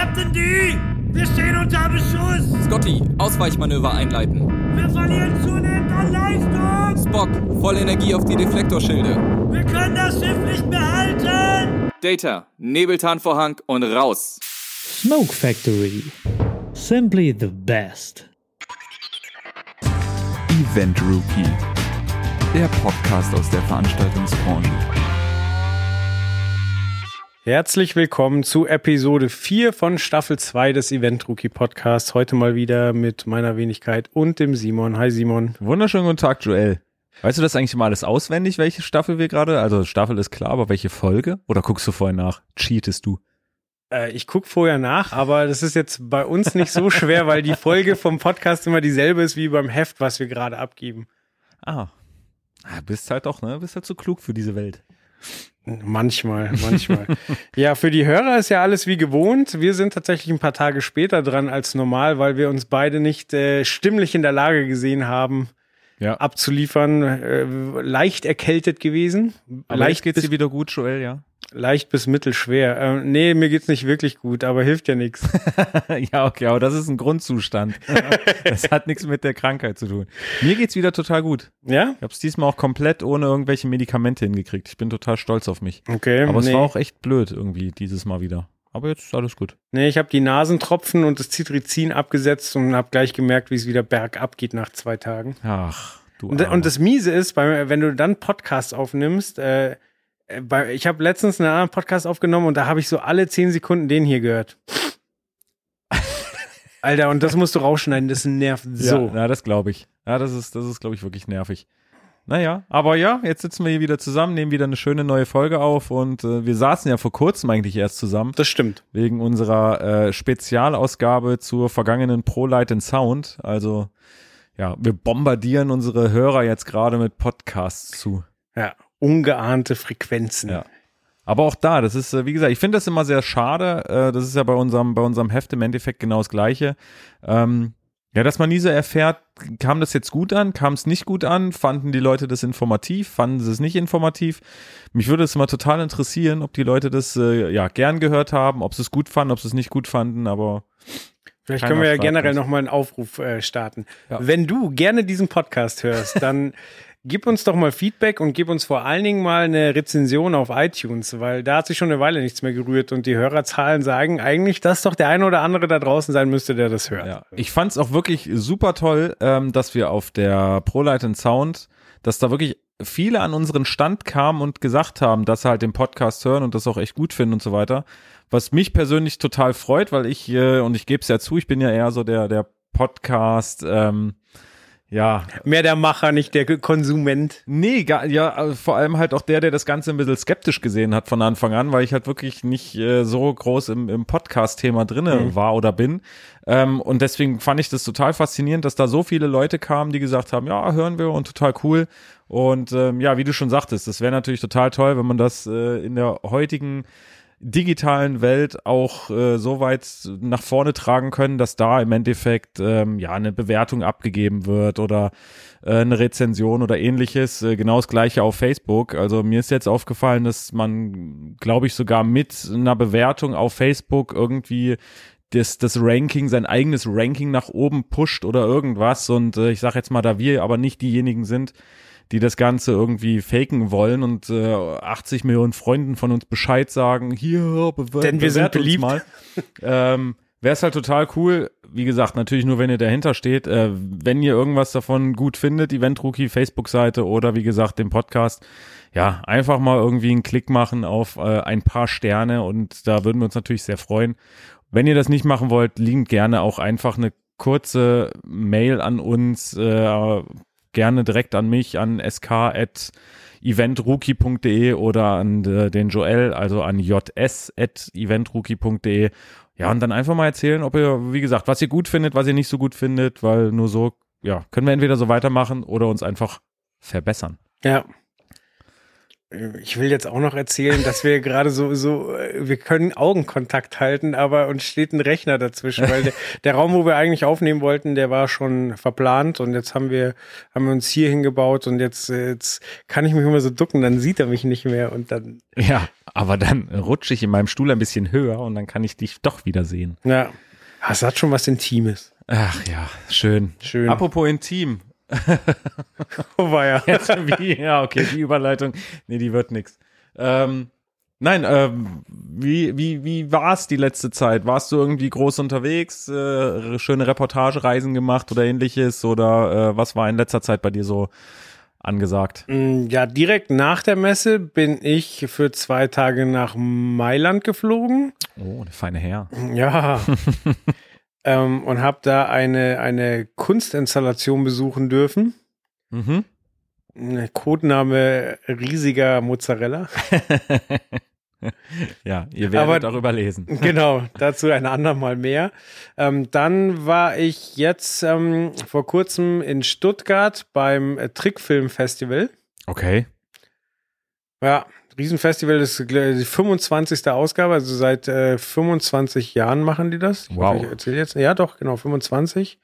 Captain D! Wir stehen unter Beschuss! Scotty, Ausweichmanöver einleiten. Wir verlieren zunehmend an Leistung! Spock, volle Energie auf die Deflektorschilde. Wir können das Schiff nicht mehr halten! Data, Nebeltarnvorhang und raus. Smoke Factory. Simply the best. Event Rookie, der Podcast aus der Veranstaltungsbranche. Herzlich willkommen zu Episode 4 von Staffel 2 des Event Rookie Podcasts. Heute mal wieder mit meiner Wenigkeit und dem Simon. Hi Simon. Wunderschönen guten Tag, Joel. Weißt du das eigentlich mal alles auswendig, welche Staffel wir gerade? Also Staffel ist klar, aber welche Folge? Oder guckst du vorher nach? Cheatest du? Ich gucke vorher nach, aber das ist jetzt bei uns nicht so schwer, weil die Folge vom Podcast immer dieselbe ist wie beim Heft, was wir gerade abgeben. Bist halt doch, ne? Bist halt so klug für diese Welt. Manchmal. Ja, für die Hörer ist ja alles wie gewohnt. Wir sind tatsächlich ein paar Tage später dran als normal, weil wir uns beide nicht stimmlich in der Lage gesehen haben, abzuliefern. Leicht erkältet gewesen. Aber leicht geht's dir wieder gut, Joel, ja? Leicht bis mittelschwer. Nee, mir geht's nicht wirklich gut, aber hilft ja nichts. Ja, okay, aber das ist ein Grundzustand. Das hat nichts mit der Krankheit zu tun. Mir geht's wieder total gut. Ja? Ich hab's diesmal auch komplett ohne irgendwelche Medikamente hingekriegt. Ich bin total stolz auf mich. Okay. Aber es war auch echt blöd irgendwie dieses Mal wieder. Aber jetzt ist alles gut. Nee, ich habe die Nasentropfen und das Cetirizin abgesetzt und habe gleich gemerkt, wie es wieder bergab geht nach 2 Tagen. Ach, du Und das Miese ist, wenn du dann Podcasts aufnimmst, ich habe letztens einen anderen Podcast aufgenommen und da habe ich so alle 10 Sekunden den hier gehört. Alter, und das musst du rausschneiden, das nervt so. Ja, das glaube ich. Ja, das ist glaube ich, wirklich nervig. Naja, aber ja, jetzt sitzen wir hier wieder zusammen, nehmen wieder eine schöne neue Folge auf und wir saßen ja vor kurzem eigentlich erst zusammen. Das stimmt. Wegen unserer Spezialausgabe zur vergangenen ProLight & Sound. Also, ja, wir bombardieren unsere Hörer jetzt gerade mit Podcasts zu. Ja, ungeahnte Frequenzen. Ja. Aber auch da, das ist, wie gesagt, ich finde das immer sehr schade. Das ist ja bei unserem Heft im Endeffekt genau das Gleiche. Ja, dass man nie so erfährt, kam das jetzt gut an, kam es nicht gut an, fanden die Leute das informativ, fanden sie es nicht informativ. Mich würde es immer total interessieren, ob die Leute das gern gehört haben, ob sie es gut fanden, ob sie es nicht gut fanden, aber vielleicht können wir ja generell nochmal einen Aufruf starten. Ja. Wenn du gerne diesen Podcast hörst, dann gib uns doch mal Feedback und gib uns vor allen Dingen mal eine Rezension auf iTunes, weil da hat sich schon eine Weile nichts mehr gerührt und die Hörerzahlen sagen eigentlich, dass doch der eine oder andere da draußen sein müsste, der das hört. Ja. Ich fand es auch wirklich super toll, dass wir auf der ProLight & Sound, dass da wirklich viele an unseren Stand kamen und gesagt haben, dass sie halt den Podcast hören und das auch echt gut finden und so weiter. Was mich persönlich total freut, weil ich, und ich gebe es ja zu, ich bin ja eher so der Podcast, mehr der Macher, nicht der Konsument. Nee, vor allem halt auch der das Ganze ein bisschen skeptisch gesehen hat von Anfang an, weil ich halt wirklich nicht so groß im Podcast-Thema drinne war oder bin. Und deswegen fand ich das total faszinierend, dass da so viele Leute kamen, die gesagt haben, ja, hören wir und total cool. Und wie du schon sagtest, das wäre natürlich total toll, wenn man das in der heutigen digitalen Welt auch so weit nach vorne tragen können, dass da im Endeffekt eine Bewertung abgegeben wird oder eine Rezension oder ähnliches. Genau das Gleiche auf Facebook. Also mir ist jetzt aufgefallen, dass man, glaube ich, sogar mit einer Bewertung auf Facebook irgendwie das Ranking, sein eigenes Ranking nach oben pusht oder irgendwas. Und ich sage jetzt mal, da wir aber nicht diejenigen sind, die das Ganze irgendwie faken wollen und 80 Millionen Freunden von uns Bescheid sagen, hier, denn wir sind beliebt. Mal. Wäre es halt total cool, wie gesagt, natürlich nur, wenn ihr dahinter steht, wenn ihr irgendwas davon gut findet, Event Rookie, Facebook-Seite oder wie gesagt, den Podcast, ja, einfach mal irgendwie einen Klick machen auf ein paar Sterne und da würden wir uns natürlich sehr freuen. Wenn ihr das nicht machen wollt, liebend gerne auch einfach eine kurze Mail an uns, gerne direkt an mich, an sk@eventrookie.de oder an den Joel, also an js@eventrookie.de. Ja, und dann einfach mal erzählen, ob ihr, wie gesagt, was ihr gut findet, was ihr nicht so gut findet, weil nur so, ja, können wir entweder so weitermachen oder uns einfach verbessern. Ja. Ich will jetzt auch noch erzählen, dass wir gerade wir können Augenkontakt halten, aber uns steht ein Rechner dazwischen, weil der Raum, wo wir eigentlich aufnehmen wollten, der war schon verplant und jetzt haben wir uns hier hingebaut und jetzt kann ich mich immer so ducken, dann sieht er mich nicht mehr und dann. Ja, aber dann rutsche ich in meinem Stuhl ein bisschen höher und dann kann ich dich doch wieder sehen. Ja, es hat schon was Intimes. Ach ja, schön. Apropos intim. Oh, war ja. Ja, okay, die Überleitung, nee, die wird nix. Wie war's die letzte Zeit? Warst du irgendwie groß unterwegs, schöne Reportagereisen gemacht oder ähnliches oder was war in letzter Zeit bei dir so angesagt? Ja, direkt nach der Messe bin ich für 2 Tage nach Mailand geflogen. Oh, eine feine Herr. Ja. Und habe da eine Kunstinstallation besuchen dürfen. Mhm. Codename riesiger Mozzarella. Ja, ihr werdet darüber lesen. Genau, dazu ein andermal mehr. Dann war ich jetzt vor kurzem in Stuttgart beim Trickfilmfestival. Okay. Ja, Riesenfestival, das ist die 25. Ausgabe, also seit 25 Jahren machen die das. Wow. Ich erzähle jetzt. Ja, doch, genau, 25.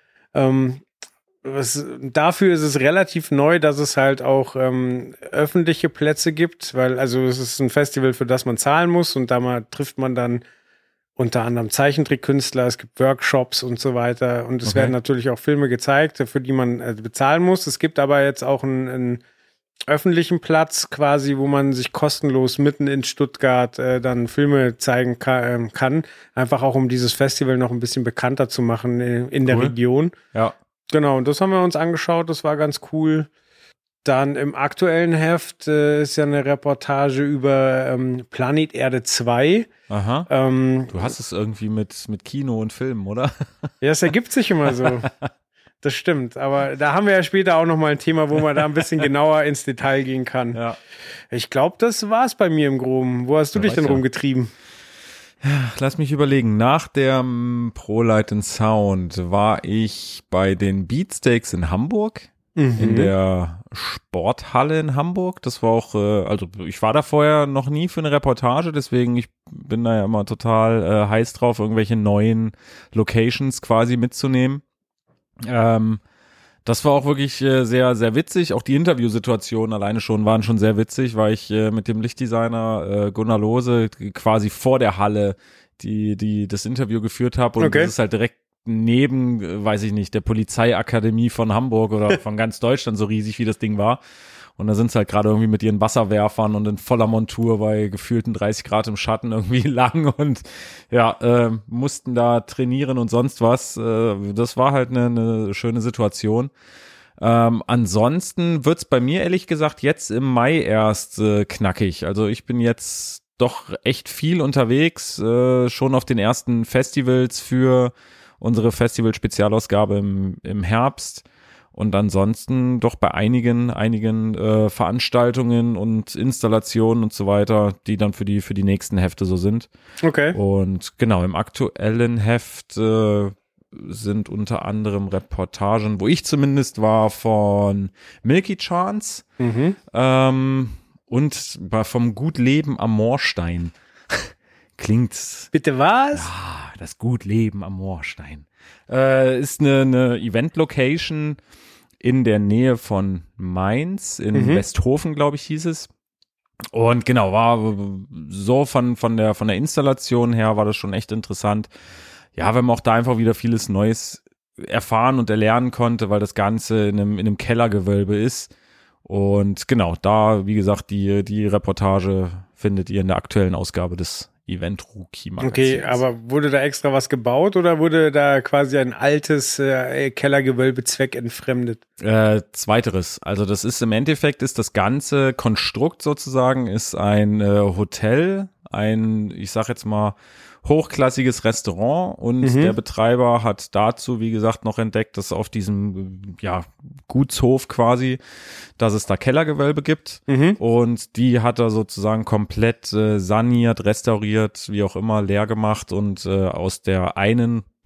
Dafür ist es relativ neu, dass es halt auch öffentliche Plätze gibt, weil also es ist ein Festival, für das man zahlen muss und da trifft man dann unter anderem Zeichentrickkünstler, es gibt Workshops und so weiter und es werden natürlich auch Filme gezeigt, für die man bezahlen muss. Es gibt aber jetzt auch einen öffentlichen Platz quasi, wo man sich kostenlos mitten in Stuttgart dann Filme zeigen kann. Einfach auch, um dieses Festival noch ein bisschen bekannter zu machen in der Region. Ja. Genau, und das haben wir uns angeschaut, das war ganz cool. Dann im aktuellen Heft ist ja eine Reportage über Planet Erde 2. Aha. Du hast es irgendwie mit Kino und Filmen, oder? Ja, es ergibt sich immer so. Das stimmt, aber da haben wir ja später auch nochmal ein Thema, wo man da ein bisschen genauer ins Detail gehen kann. Ja. Ich glaube, das war's bei mir im Groben. Wo hast du dich denn rumgetrieben? Lass mich überlegen. Nach der ProLight & Sound war ich bei den Beatsteaks in Hamburg, in der Sporthalle in Hamburg. Das war auch, also ich war da vorher noch nie für eine Reportage, deswegen ich bin da ja immer total heiß drauf, irgendwelche neuen Locations quasi mitzunehmen. Das war auch wirklich sehr, sehr witzig. Auch die Interviewsituationen alleine waren schon sehr witzig, weil ich mit dem Lichtdesigner Gunnar Lohse quasi vor der Halle das Interview geführt habe. Und das ist halt direkt neben, weiß ich nicht, der Polizeiakademie von Hamburg oder von ganz Deutschland, so riesig wie das Ding war. Und da sind sie halt gerade irgendwie mit ihren Wasserwerfern und in voller Montur bei gefühlten 30 Grad im Schatten irgendwie lang und ja, mussten da trainieren und sonst was. Das war halt eine schöne Situation. Ansonsten wird's bei mir ehrlich gesagt jetzt im Mai erst knackig. Also ich bin jetzt doch echt viel unterwegs, schon auf den ersten Festivals für unsere Festival-Spezialausgabe im Herbst. Und ansonsten doch bei einigen Veranstaltungen und Installationen und so weiter, die dann für die nächsten Hefte so sind. Okay. Und genau, im aktuellen Heft sind unter anderem Reportagen, wo ich zumindest war, von Milky Chance und vom Gut Leben am Moorstein. Klingt. Bitte was? Ja, das Gut Leben am Moorstein. Ist eine Event-Location in der Nähe von Mainz, in Westhofen, glaube ich, hieß es. Und genau, war so von der Installation her war das schon echt interessant. Ja, weil man auch da einfach wieder vieles Neues erfahren und erlernen konnte, weil das Ganze in einem Kellergewölbe ist. Und genau, da, wie gesagt, die Reportage findet ihr in der aktuellen Ausgabe des Event-Rookie-Magazins. Okay, aber wurde da extra was gebaut oder wurde da quasi ein altes Kellergewölbe zweckentfremdet? Zweiteres. Also das ist im Endeffekt, ist das ganze Konstrukt sozusagen, ist ein Hotel, ich sag jetzt mal, hochklassiges Restaurant und der Betreiber hat dazu, wie gesagt, noch entdeckt, dass auf diesem Gutshof quasi, dass es da Kellergewölbe gibt und die hat er sozusagen komplett saniert, restauriert, wie auch immer, leer gemacht und aus der einen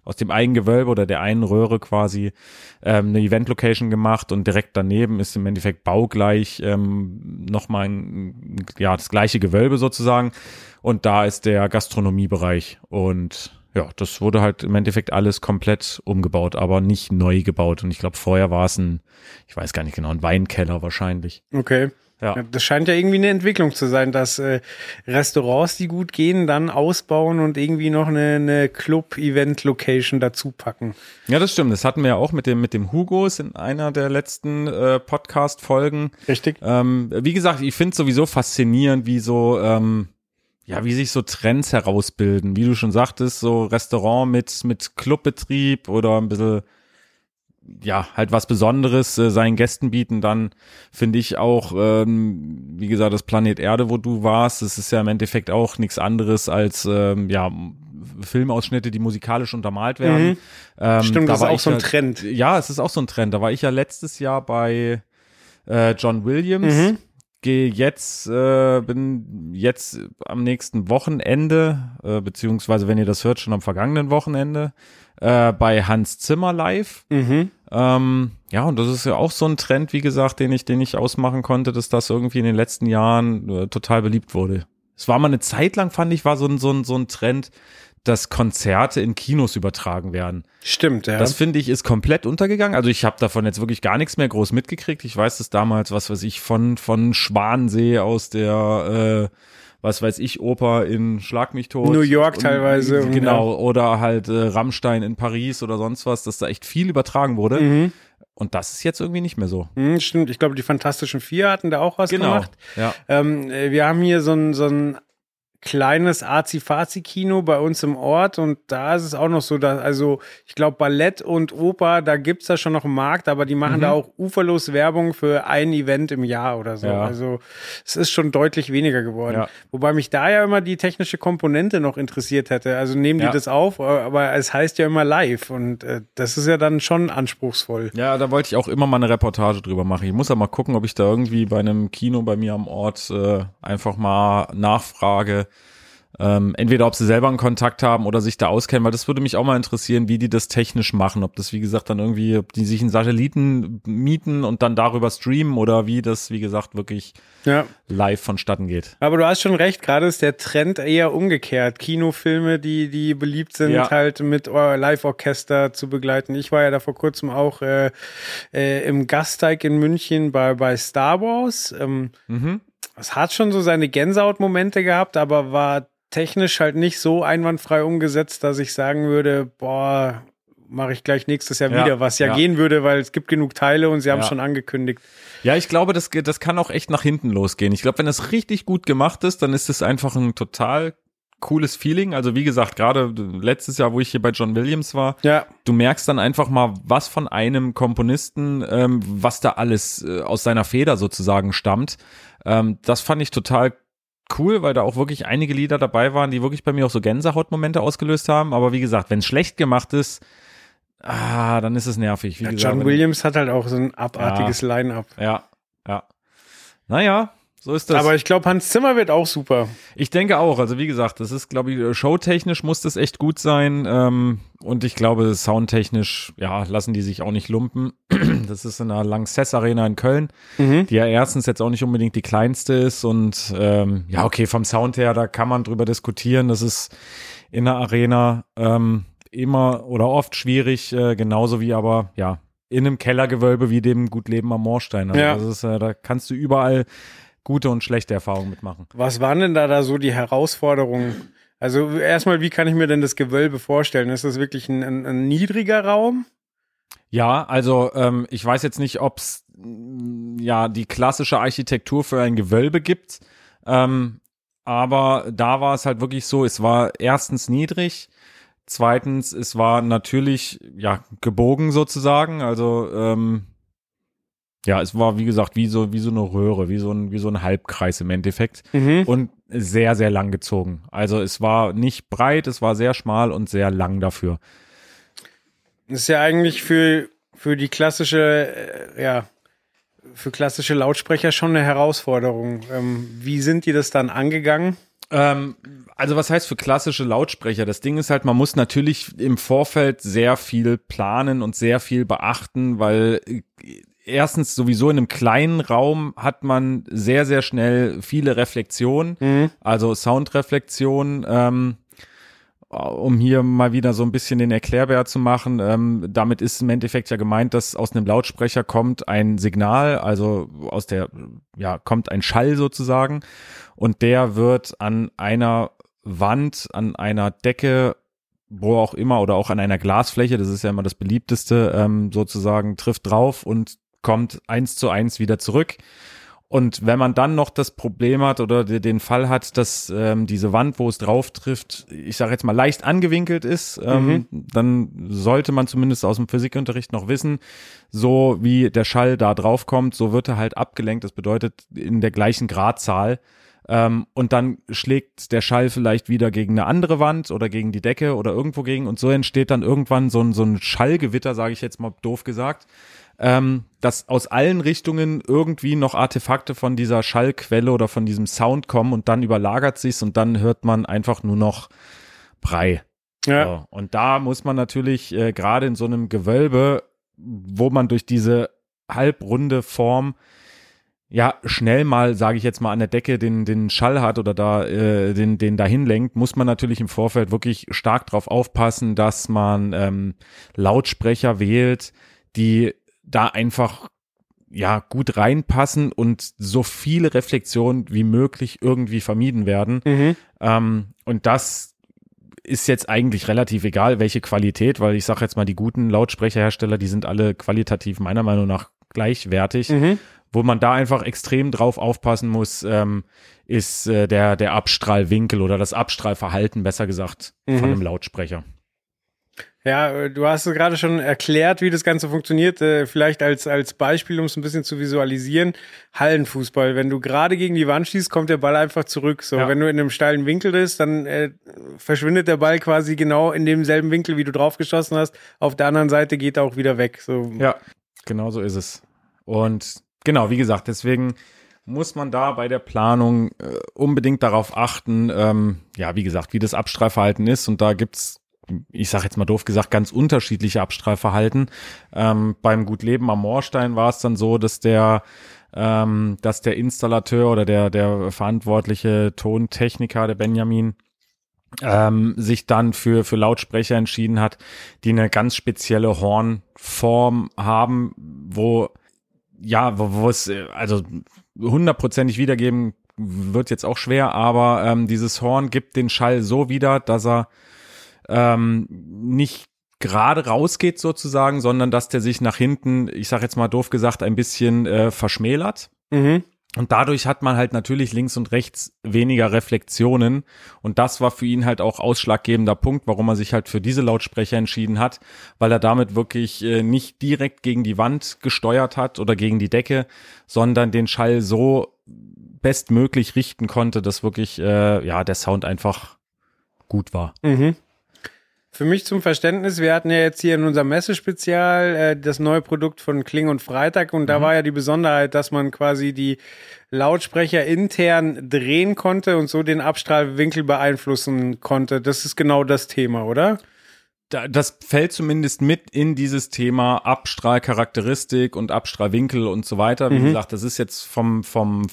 einen Gewölbe oder der einen Röhre quasi eine Event-Location gemacht und direkt daneben ist im Endeffekt baugleich nochmal das gleiche Gewölbe sozusagen und da ist der Gastronomiebereich und ja, das wurde halt im Endeffekt alles komplett umgebaut, aber nicht neu gebaut und ich glaube vorher war es ich weiß gar nicht genau, ein Weinkeller wahrscheinlich. Okay. Ja. Das scheint ja irgendwie eine Entwicklung zu sein, dass Restaurants, die gut gehen, dann ausbauen und irgendwie noch eine Club-Event-Location dazu packen. Ja, das stimmt. Das hatten wir ja auch mit dem Hugos in einer der letzten Podcast-Folgen. Richtig. Wie gesagt, ich finde es sowieso faszinierend, wie so wie sich so Trends herausbilden. Wie du schon sagtest, so Restaurant mit Clubbetrieb oder ein bisschen halt was Besonderes seinen Gästen bieten, dann finde ich auch, wie gesagt, das Planet Erde, wo du warst, das ist ja im Endeffekt auch nichts anderes als Filmausschnitte, die musikalisch untermalt werden. Stimmt, das ist auch so ein Trend. Ja, es ist auch so ein Trend. Da war ich ja letztes Jahr bei John Williams. Bin jetzt am nächsten Wochenende, beziehungsweise wenn ihr das hört, schon am vergangenen Wochenende, bei Hans Zimmer live. Und das ist ja auch so ein Trend, wie gesagt, den ich ausmachen konnte, dass das irgendwie in den letzten Jahren total beliebt wurde. Es war mal eine Zeit lang, fand ich, war so ein Trend, dass Konzerte in Kinos übertragen werden. Stimmt, ja. Das finde ich ist komplett untergegangen. Also ich habe davon jetzt wirklich gar nichts mehr groß mitgekriegt. Ich weiß das damals, was weiß ich, von Schwanensee aus der Oper in Schlag mich tot. New York teilweise. Genau, oder halt Rammstein in Paris oder sonst was, dass da echt viel übertragen wurde. Und das ist jetzt irgendwie nicht mehr so. Stimmt, ich glaube, die Fantastischen Vier hatten da auch was gemacht. Ja. Wir haben hier so ein kleines Azi-Fazi-Kino bei uns im Ort und da ist es auch noch so, dass, also ich glaube Ballett und Oper, da gibt's da schon noch einen Markt, aber die machen da auch uferlos Werbung für ein Event im Jahr oder so. Ja. Also es ist schon deutlich weniger geworden. Ja. Wobei mich da ja immer die technische Komponente noch interessiert hätte. Also nehmen die das auf, aber es heißt ja immer live und das ist ja dann schon anspruchsvoll. Ja, da wollte ich auch immer mal eine Reportage drüber machen. Ich muss ja mal gucken, ob ich da irgendwie bei einem Kino bei mir am Ort einfach mal nachfrage, entweder ob sie selber einen Kontakt haben oder sich da auskennen, weil das würde mich auch mal interessieren, wie die das technisch machen, ob das wie gesagt dann irgendwie, ob die sich einen Satelliten mieten und dann darüber streamen oder wie das wie gesagt wirklich live vonstatten geht. Aber du hast schon recht, gerade ist der Trend eher umgekehrt, Kinofilme, die beliebt sind, halt mit Live-Orchester zu begleiten. Ich war ja da vor kurzem auch im Gasteig in München bei Star Wars. Es hat schon so seine Gänsehautmomente gehabt, aber war technisch halt nicht so einwandfrei umgesetzt, dass ich sagen würde, mache ich gleich nächstes Jahr wieder, was gehen würde, weil es gibt genug Teile und sie haben es schon angekündigt. Ja, ich glaube, das kann auch echt nach hinten losgehen. Ich glaube, wenn es richtig gut gemacht ist, dann ist es einfach ein total cooles Feeling. Also wie gesagt, gerade letztes Jahr, wo ich hier bei John Williams war, du merkst dann einfach mal, was von einem Komponisten, was da alles aus seiner Feder sozusagen stammt. Das fand ich total cool, weil da auch wirklich einige Lieder dabei waren, die wirklich bei mir auch so Gänsehautmomente ausgelöst haben. Aber wie gesagt, wenn es schlecht gemacht ist, dann ist es nervig. Wie gesagt, John Williams hat halt auch so ein abartiges Line-Up. Ja. Naja, so ist das. Aber ich glaube, Hans Zimmer wird auch super. Ich denke auch. Also wie gesagt, das ist, glaube ich, showtechnisch muss das echt gut sein. Und ich glaube, soundtechnisch, lassen die sich auch nicht lumpen. Das ist in der Lanxess Arena in Köln, die ja erstens jetzt auch nicht unbedingt die kleinste ist. Und okay, vom Sound her, da kann man drüber diskutieren. Das ist in der Arena immer oder oft schwierig, genauso wie aber, in einem Kellergewölbe wie dem Gutleben am Moorstein. Also das ist, da kannst du überall gute und schlechte Erfahrungen mitmachen. Was waren denn da so die Herausforderungen? Also erstmal, wie kann ich mir denn das Gewölbe vorstellen? Ist das wirklich ein niedriger Raum? Ja, also ich weiß jetzt nicht, ob es die klassische Architektur für ein Gewölbe gibt, aber da war es halt wirklich so, es war erstens niedrig, zweitens, es war natürlich gebogen sozusagen, also es war, wie gesagt, wie so eine Röhre, wie so ein Halbkreis im Endeffekt und sehr, sehr lang gezogen. Also es war nicht breit, es war sehr schmal und sehr lang dafür. Das ist ja eigentlich für die klassische, für klassische Lautsprecher schon eine Herausforderung. Wie sind die das dann angegangen? Also was heißt für klassische Lautsprecher? Das Ding ist halt, man muss natürlich im Vorfeld sehr viel planen und sehr viel beachten, weil erstens sowieso in einem kleinen Raum hat man sehr, sehr schnell viele Reflexionen, also Soundreflexionen, um hier mal wieder so ein bisschen den Erklärbär zu machen. Damit ist im Endeffekt ja gemeint, dass aus einem Lautsprecher kommt ein Signal, also kommt ein Schall sozusagen, und der wird an einer Wand, an einer Decke, wo auch immer, oder auch an einer Glasfläche, das ist ja immer das beliebteste, sozusagen, trifft drauf und kommt 1:1 wieder zurück. Und wenn man dann noch das Problem hat oder den Fall hat, dass diese Wand, wo es drauf trifft, ich sage jetzt mal leicht angewinkelt ist, dann sollte man zumindest aus dem Physikunterricht noch wissen, so wie der Schall da drauf kommt, so wird er halt abgelenkt. Das bedeutet in der gleichen Gradzahl. Und dann schlägt der Schall vielleicht wieder gegen eine andere Wand oder gegen die Decke oder irgendwo gegen, und so entsteht dann irgendwann so ein Schallgewitter, sage ich jetzt mal doof gesagt, dass aus allen Richtungen irgendwie noch Artefakte von dieser Schallquelle oder von diesem Sound kommen, und dann überlagert sich's und dann hört man einfach nur noch Brei. Ja. So. Und da muss man natürlich gerade in so einem Gewölbe, wo man durch diese halbrunde Form ja schnell mal, sage ich jetzt mal, an der Decke den Schall hat oder da den dahin lenkt, muss man natürlich im Vorfeld wirklich stark drauf aufpassen, dass man Lautsprecher wählt, die da einfach gut reinpassen und so viele Reflexionen wie möglich irgendwie vermieden werden. Und das ist jetzt eigentlich relativ egal, welche Qualität, weil ich sage jetzt mal, die guten Lautsprecherhersteller, die sind alle qualitativ meiner Meinung nach gleichwertig. Wo man da einfach extrem drauf aufpassen muss, ist der Abstrahlwinkel oder das Abstrahlverhalten, besser gesagt, von einem Lautsprecher. Ja, du hast es gerade schon erklärt, wie das Ganze funktioniert. Vielleicht als Beispiel, um es ein bisschen zu visualisieren. Hallenfußball. Wenn du gerade gegen die Wand schießt, kommt der Ball einfach zurück. So, wenn du in einem steilen Winkel bist, dann verschwindet der Ball quasi genau in demselben Winkel, wie du drauf geschossen hast. Auf der anderen Seite geht er auch wieder weg. So. Ja, genau so ist es. Und genau, wie gesagt, deswegen muss man da bei der Planung unbedingt darauf achten, wie gesagt, wie das Abstrahlverhalten ist. Und da gibt's, ich sage jetzt mal doof gesagt, ganz unterschiedliche Abstrahlverhalten. Beim Gutleben am Moorstein war es dann so, dass der Installateur oder der verantwortliche Tontechniker, der Benjamin, sich dann für Lautsprecher entschieden hat, die eine ganz spezielle Hornform haben, wo es, also 100%ig wiedergeben wird jetzt auch schwer, aber dieses Horn gibt den Schall so wieder, dass er nicht gerade rausgeht sozusagen, sondern dass der sich nach hinten, ich sag jetzt mal doof gesagt, ein bisschen verschmälert. Und dadurch hat man halt natürlich links und rechts weniger Reflexionen, und das war für ihn halt auch ausschlaggebender Punkt, warum er sich halt für diese Lautsprecher entschieden hat, weil er damit wirklich nicht direkt gegen die Wand gesteuert hat oder gegen die Decke, sondern den Schall so bestmöglich richten konnte, dass wirklich der Sound einfach gut war. Für mich zum Verständnis, wir hatten ja jetzt hier in unserem Messespezial das neue Produkt von Kling und Freitag, und da war ja die Besonderheit, dass man quasi die Lautsprecher intern drehen konnte und so den Abstrahlwinkel beeinflussen konnte. Das ist genau das Thema, oder? Das fällt zumindest mit in dieses Thema Abstrahlcharakteristik und Abstrahlwinkel und so weiter. Wie gesagt, das ist jetzt von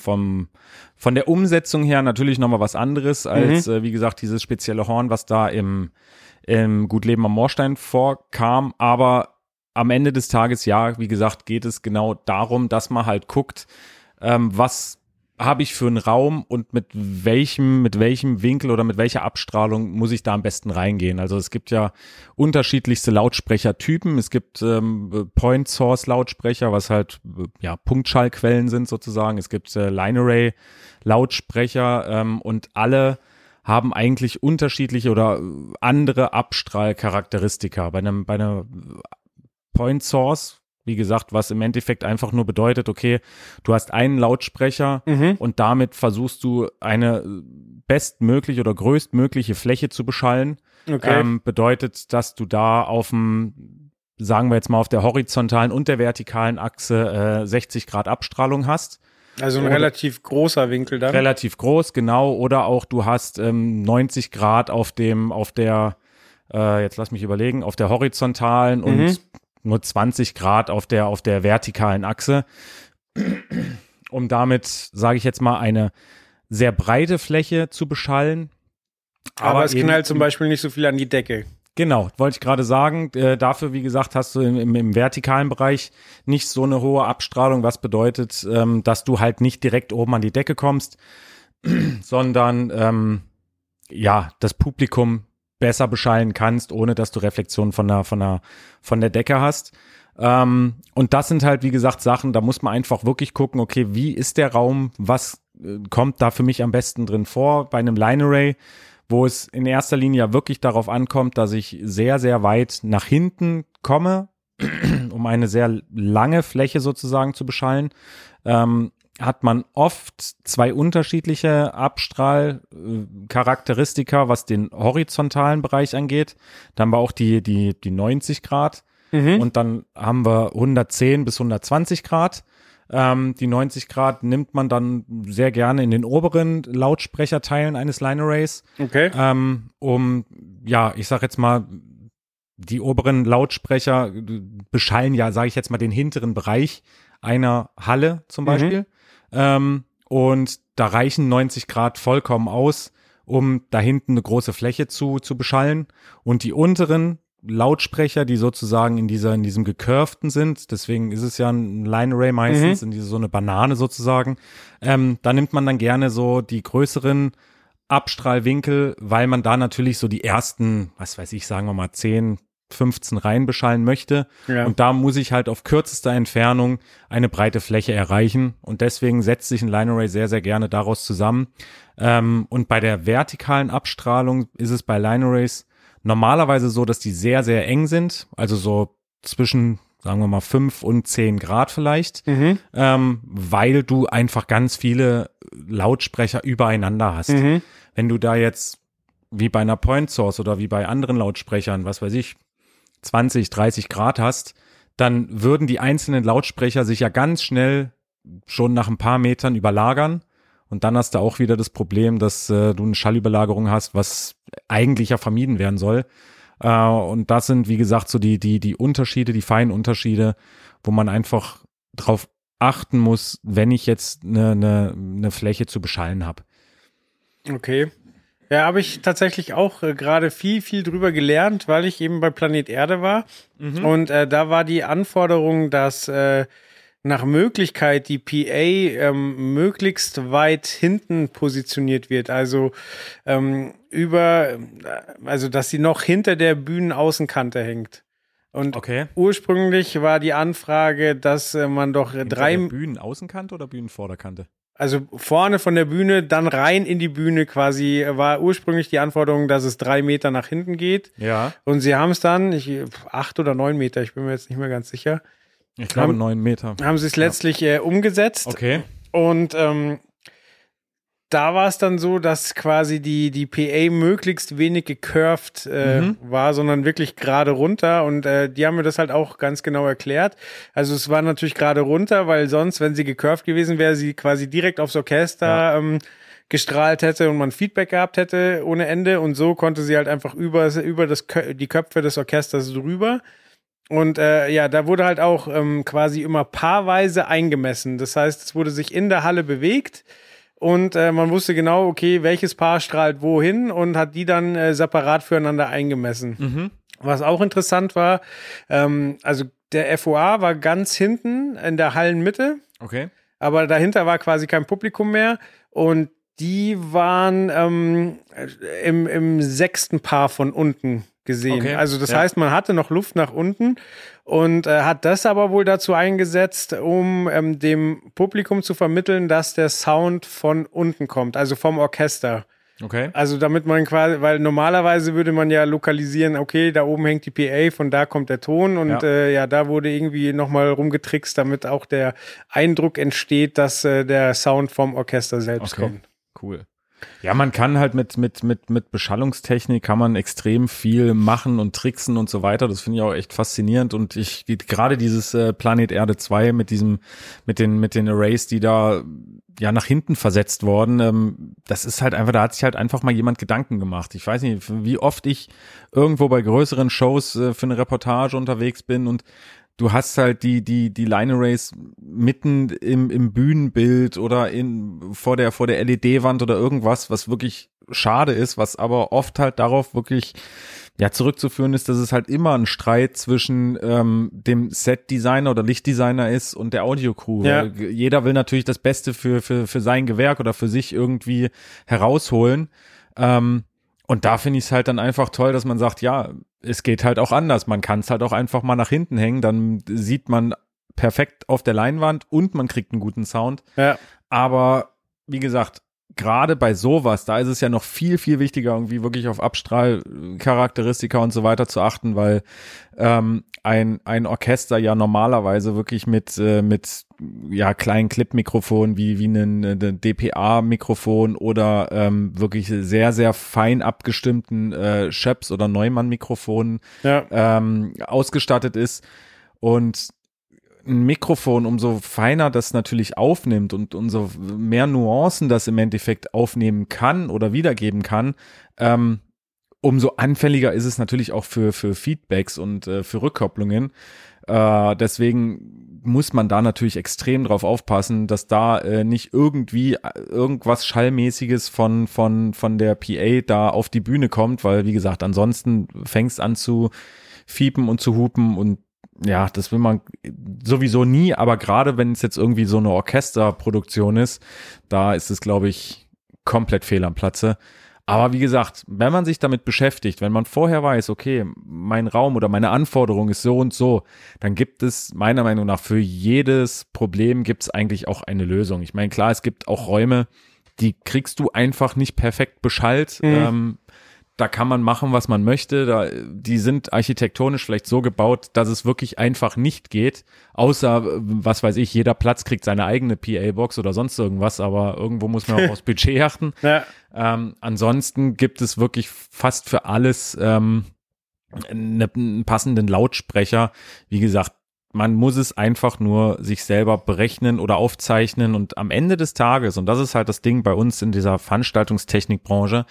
der Umsetzung her natürlich nochmal was anderes als, wie gesagt, dieses spezielle Horn, was da im Gutleben am Moorstein vorkam. Aber am Ende des Tages, wie gesagt, geht es genau darum, dass man halt guckt, was habe ich für einen Raum und mit welchem Winkel oder mit welcher Abstrahlung muss ich da am besten reingehen. Also es gibt ja unterschiedlichste Lautsprechertypen. Es gibt Point-Source-Lautsprecher, was halt Punktschallquellen sind sozusagen. Es gibt Line-Array-Lautsprecher und alle haben eigentlich unterschiedliche oder andere Abstrahlcharakteristika. Bei einer Point-Source, wie gesagt, was im Endeffekt einfach nur bedeutet, okay, du hast einen Lautsprecher und damit versuchst du eine bestmögliche oder größtmögliche Fläche zu beschallen. Okay. Bedeutet, dass du da sagen wir jetzt mal auf der horizontalen und der vertikalen Achse 60 Grad Abstrahlung hast. Also ein relativ großer Winkel dann. Relativ groß, genau. Oder auch du hast 90 Grad auf der jetzt lass mich überlegen, auf der horizontalen und nur 20 Grad auf der vertikalen Achse, um damit, sage ich jetzt mal, eine sehr breite Fläche zu beschallen. Aber es knallt zum Beispiel nicht so viel an die Decke. Genau, wollte ich gerade sagen. Dafür, wie gesagt, hast du im vertikalen Bereich nicht so eine hohe Abstrahlung, was bedeutet, dass du halt nicht direkt oben an die Decke kommst, sondern das Publikum besser beschallen kannst, ohne dass du Reflexionen von der Decke hast. Und das sind halt, wie gesagt, Sachen, da muss man einfach wirklich gucken, okay, wie ist der Raum, was kommt da für mich am besten drin vor? Bei einem Line Array, wo es in erster Linie ja wirklich darauf ankommt, dass ich sehr, sehr weit nach hinten komme, um eine sehr lange Fläche sozusagen zu beschallen, hat man oft zwei unterschiedliche Abstrahlcharakteristika, was den horizontalen Bereich angeht. Dann haben wir auch die 90 Grad und dann haben wir 110 bis 120 Grad. Die 90 Grad nimmt man dann sehr gerne in den oberen Lautsprecherteilen eines Line Arrays. Okay. Ich sag jetzt mal, die oberen Lautsprecher beschallen ja, sage ich jetzt mal, den hinteren Bereich einer Halle zum Beispiel. Und da reichen 90 Grad vollkommen aus, um da hinten eine große Fläche zu beschallen. Und die unteren Lautsprecher, die sozusagen in diesem gecurvten sind, deswegen ist es ja ein Line Array meistens, in so eine Banane sozusagen, da nimmt man dann gerne so die größeren Abstrahlwinkel, weil man da natürlich so die ersten, was weiß ich, sagen wir mal 10, 15 Reihen beschallen möchte. Ja. Und da muss ich halt auf kürzester Entfernung eine breite Fläche erreichen. Und deswegen setzt sich ein Line Array sehr, sehr gerne daraus zusammen. Und bei der vertikalen Abstrahlung ist es bei Line Arrays normalerweise so, dass die sehr, sehr eng sind. Also so zwischen, sagen wir mal, 5 und 10 Grad vielleicht. Weil du einfach ganz viele Lautsprecher übereinander hast. Wenn du da jetzt, wie bei einer Point Source oder wie bei anderen Lautsprechern, was weiß ich, 20, 30 Grad hast, dann würden die einzelnen Lautsprecher sich ja ganz schnell schon nach ein paar Metern überlagern. Und dann hast du auch wieder das Problem, dass du eine Schallüberlagerung hast, was eigentlich ja vermieden werden soll. Und das sind, wie gesagt, so die Unterschiede, die feinen Unterschiede, wo man einfach drauf achten muss, wenn ich jetzt eine Fläche zu beschallen habe. Okay. Ja, habe ich tatsächlich auch gerade viel drüber gelernt, weil ich eben bei Planet Erde war. Und da war die Anforderung, dass nach Möglichkeit die PA möglichst weit hinten positioniert wird. Also dass sie noch hinter der Bühnenaußenkante hängt. Und ursprünglich war die Anfrage, dass man doch hinter der Bühnenaußenkante oder Bühnenvorderkante? Also vorne von der Bühne, dann rein in die Bühne quasi, war ursprünglich die Anforderung, dass es 3 Meter nach hinten geht. Ja. Und sie haben es dann, 8 oder 9 Meter, ich bin mir jetzt nicht mehr ganz sicher. Ich glaube 9 Meter. Haben sie es letztlich umgesetzt. Okay. Und da war es dann so, dass quasi die PA möglichst wenig gecurved war, sondern wirklich gerade runter. Und die haben mir das halt auch ganz genau erklärt. Also es war natürlich gerade runter, weil sonst, wenn sie gecurved gewesen wäre, sie quasi direkt aufs Orchester gestrahlt hätte und man Feedback gehabt hätte ohne Ende. Und so konnte sie halt einfach über die Köpfe des Orchesters drüber. Und da wurde halt auch quasi immer paarweise eingemessen. Das heißt, es wurde sich in der Halle bewegt. Und man wusste genau, okay, welches Paar strahlt wohin und hat die dann separat füreinander eingemessen. Was auch interessant war, also der FOA war ganz hinten in der Hallenmitte. Okay. Aber dahinter war quasi kein Publikum mehr. Und die waren im 6. Paar von unten gesehen. Okay. Also das heißt, man hatte noch Luft nach unten und hat das aber wohl dazu eingesetzt, um dem Publikum zu vermitteln, dass der Sound von unten kommt, also vom Orchester. Okay. Also damit man quasi, weil normalerweise würde man ja lokalisieren, okay, da oben hängt die PA, von da kommt der Ton und da wurde irgendwie nochmal rumgetrickst, damit auch der Eindruck entsteht, dass der Sound vom Orchester selbst kommt. Cool. Ja, man kann halt mit Beschallungstechnik kann man extrem viel machen und tricksen und so weiter. Das finde ich auch echt faszinierend und gerade dieses Planet Erde 2 mit den Arrays, die da ja nach hinten versetzt worden, das ist halt einfach, da hat sich halt einfach mal jemand Gedanken gemacht. Ich weiß nicht, wie oft ich irgendwo bei größeren Shows für eine Reportage unterwegs bin und du hast halt die Line Arrays mitten im Bühnenbild oder vor der LED-Wand oder irgendwas, was wirklich schade ist, was aber oft halt darauf wirklich ja zurückzuführen ist, dass es halt immer ein Streit zwischen dem Set-Designer oder Lichtdesigner ist und der Audio-Crew. Ja. Jeder will natürlich das Beste für sein Gewerk oder für sich irgendwie herausholen. Und da finde ich es halt dann einfach toll, dass man sagt, ja, es geht halt auch anders. Man kann es halt auch einfach mal nach hinten hängen, dann sieht man perfekt auf der Leinwand und man kriegt einen guten Sound. Ja. Aber wie gesagt, gerade bei sowas, da ist es ja noch viel, viel wichtiger, irgendwie wirklich auf Abstrahlcharakteristika und so weiter zu achten, weil ein Orchester ja normalerweise wirklich mit ja kleinen Clip-Mikrofonen wie ein DPA-Mikrofon oder wirklich sehr, sehr fein abgestimmten Schoeps- oder Neumann-Mikrofonen ausgestattet ist. Und ein Mikrofon, umso feiner das natürlich aufnimmt und umso mehr Nuancen das im Endeffekt aufnehmen kann oder wiedergeben kann, umso anfälliger ist es natürlich auch für Feedbacks und für Rückkopplungen. Deswegen muss man da natürlich extrem drauf aufpassen, dass da nicht irgendwie irgendwas Schallmäßiges von der PA da auf die Bühne kommt, weil wie gesagt, ansonsten fängt es an zu fiepen und zu hupen und ja, das will man sowieso nie, aber gerade wenn es jetzt irgendwie so eine Orchesterproduktion ist, da ist es, glaube ich, komplett fehl am Platze. Aber wie gesagt, wenn man sich damit beschäftigt, wenn man vorher weiß, okay, mein Raum oder meine Anforderung ist so und so, dann gibt es meiner Meinung nach für jedes Problem gibt es eigentlich auch eine Lösung. Ich meine, klar, es gibt auch Räume, die kriegst du einfach nicht perfekt beschallt. Da kann man machen, was man möchte. Die sind architektonisch vielleicht so gebaut, dass es wirklich einfach nicht geht. Außer, was weiß ich, jeder Platz kriegt seine eigene PA-Box oder sonst irgendwas. Aber irgendwo muss man auch aufs Budget achten. Ja. Ansonsten gibt es wirklich fast für alles einen passenden Lautsprecher. Wie gesagt, man muss es einfach nur sich selber berechnen oder aufzeichnen. Und am Ende des Tages, und das ist halt das Ding bei uns in dieser Veranstaltungstechnikbranche,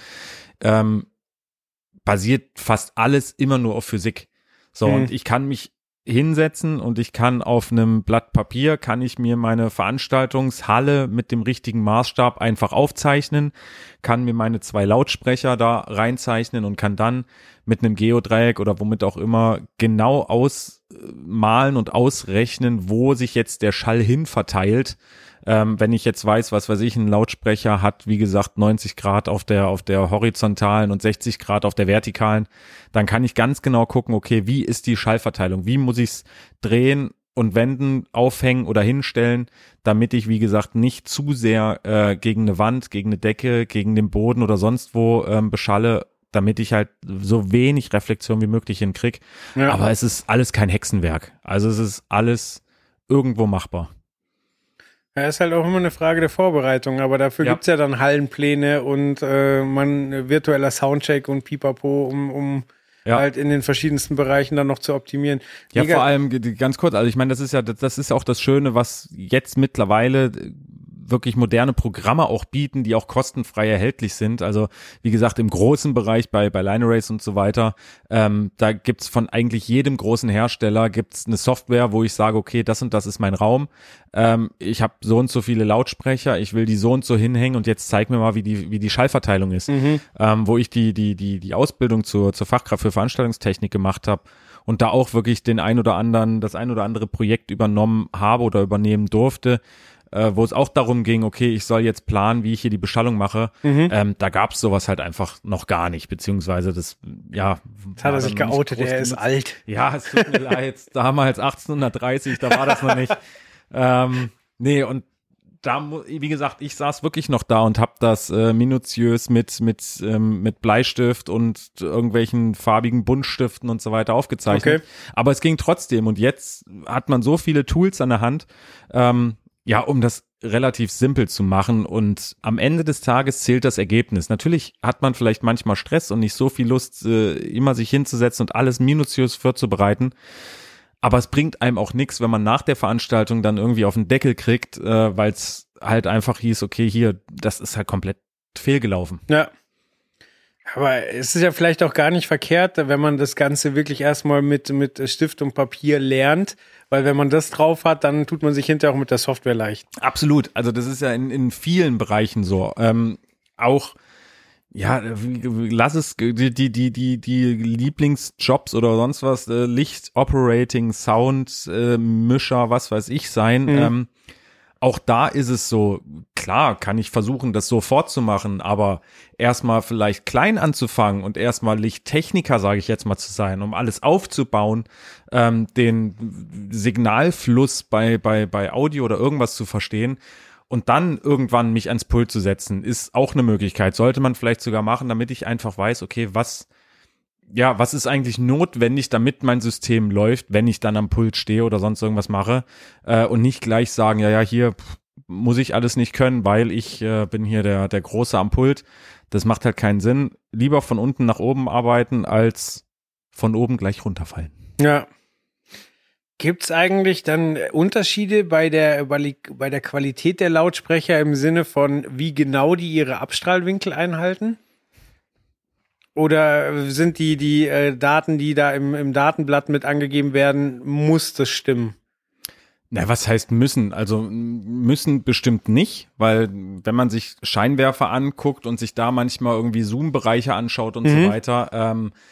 basiert fast alles immer nur auf Physik. So, und ich kann mich hinsetzen und ich kann auf einem Blatt Papier, kann ich mir meine Veranstaltungshalle mit dem richtigen Maßstab einfach aufzeichnen, kann mir meine 2 Lautsprecher da reinzeichnen und kann dann mit einem Geodreieck oder womit auch immer genau ausmalen und ausrechnen, wo sich jetzt der Schall hin verteilt. Wenn ich jetzt weiß, was weiß ich, ein Lautsprecher hat, wie gesagt, 90 Grad auf der horizontalen und 60 Grad auf der vertikalen, dann kann ich ganz genau gucken, okay, wie ist die Schallverteilung? Wie muss ich es drehen und wenden, aufhängen oder hinstellen, damit ich, wie gesagt, nicht zu sehr gegen eine Wand, gegen eine Decke, gegen den Boden oder sonst wo beschalle, damit ich halt so wenig Reflexion wie möglich hinkriege. Ja. Aber es ist alles kein Hexenwerk. Also es ist alles irgendwo machbar. Ja, ist halt auch immer eine Frage der Vorbereitung, aber dafür gibt's ja dann Hallenpläne und virtueller Soundcheck und Pipapo, um halt in den verschiedensten Bereichen dann noch zu optimieren. Ja, vor allem ganz kurz, also ich meine, das ist auch das Schöne, was jetzt mittlerweile wirklich moderne Programme auch bieten, die auch kostenfrei erhältlich sind. Also wie gesagt, im großen Bereich bei Line Arrays und so weiter, da gibt's von eigentlich jedem großen Hersteller gibt's eine Software, wo ich sage, okay, das und das ist mein Raum. Ich habe so und so viele Lautsprecher, ich will die so und so hinhängen und jetzt zeig mir mal, wie die Schallverteilung ist. Wo ich die Ausbildung zur Fachkraft für Veranstaltungstechnik gemacht habe und da auch wirklich das ein oder andere Projekt übernommen habe oder übernehmen durfte, wo es auch darum ging, okay, ich soll jetzt planen, wie ich hier die Beschallung mache. Da gab es sowas halt einfach noch gar nicht, beziehungsweise das hat er sich geoutet, er ist alt. Ja, es tut mir leid, damals 1830, da war das noch nicht. Nee, und da, wie gesagt, ich saß wirklich noch da und hab das minutiös mit Bleistift und irgendwelchen farbigen Buntstiften und so weiter aufgezeichnet. Okay. Aber es ging trotzdem und jetzt hat man so viele Tools an der Hand, ja, um das relativ simpel zu machen und am Ende des Tages zählt das Ergebnis. Natürlich hat man vielleicht manchmal Stress und nicht so viel Lust, immer sich hinzusetzen und alles minutiös vorzubereiten. Aber es bringt einem auch nichts, wenn man nach der Veranstaltung dann irgendwie auf den Deckel kriegt, weil es halt einfach hieß, okay, hier, das ist halt komplett fehlgelaufen. Ja. Aber es ist ja vielleicht auch gar nicht verkehrt, wenn man das Ganze wirklich erstmal mit Stift und Papier lernt, weil wenn man das drauf hat, dann tut man sich hinterher auch mit der Software leicht. Absolut, also das ist ja in vielen Bereichen so. Auch, ja, lass es die Lieblingsjobs oder sonst was, Licht, Operating, Sound, Mischer, was weiß ich sein. Auch da ist es so, klar kann ich versuchen, das so fortzumachen, aber erstmal vielleicht klein anzufangen und erstmal Lichttechniker, sage ich jetzt mal, zu sein, um alles aufzubauen, den Signalfluss bei Audio oder irgendwas zu verstehen und dann irgendwann mich ans Pult zu setzen, ist auch eine Möglichkeit. Sollte man vielleicht sogar machen, damit ich einfach weiß, okay, was ist eigentlich notwendig, damit mein System läuft, wenn ich dann am Pult stehe oder sonst irgendwas mache und nicht gleich sagen, hier muss ich alles nicht können, weil ich bin hier der Große am Pult. Das macht halt keinen Sinn. Lieber von unten nach oben arbeiten, als von oben gleich runterfallen. Ja. Gibt's eigentlich dann Unterschiede bei der Qualität der Lautsprecher im Sinne von, wie genau die ihre Abstrahlwinkel einhalten? Oder sind die Daten, die da im Datenblatt mit angegeben werden, muss das stimmen? Na, was heißt müssen? Also müssen bestimmt nicht, weil wenn man sich Scheinwerfer anguckt und sich da manchmal irgendwie Zoom-Bereiche anschaut und so weiter,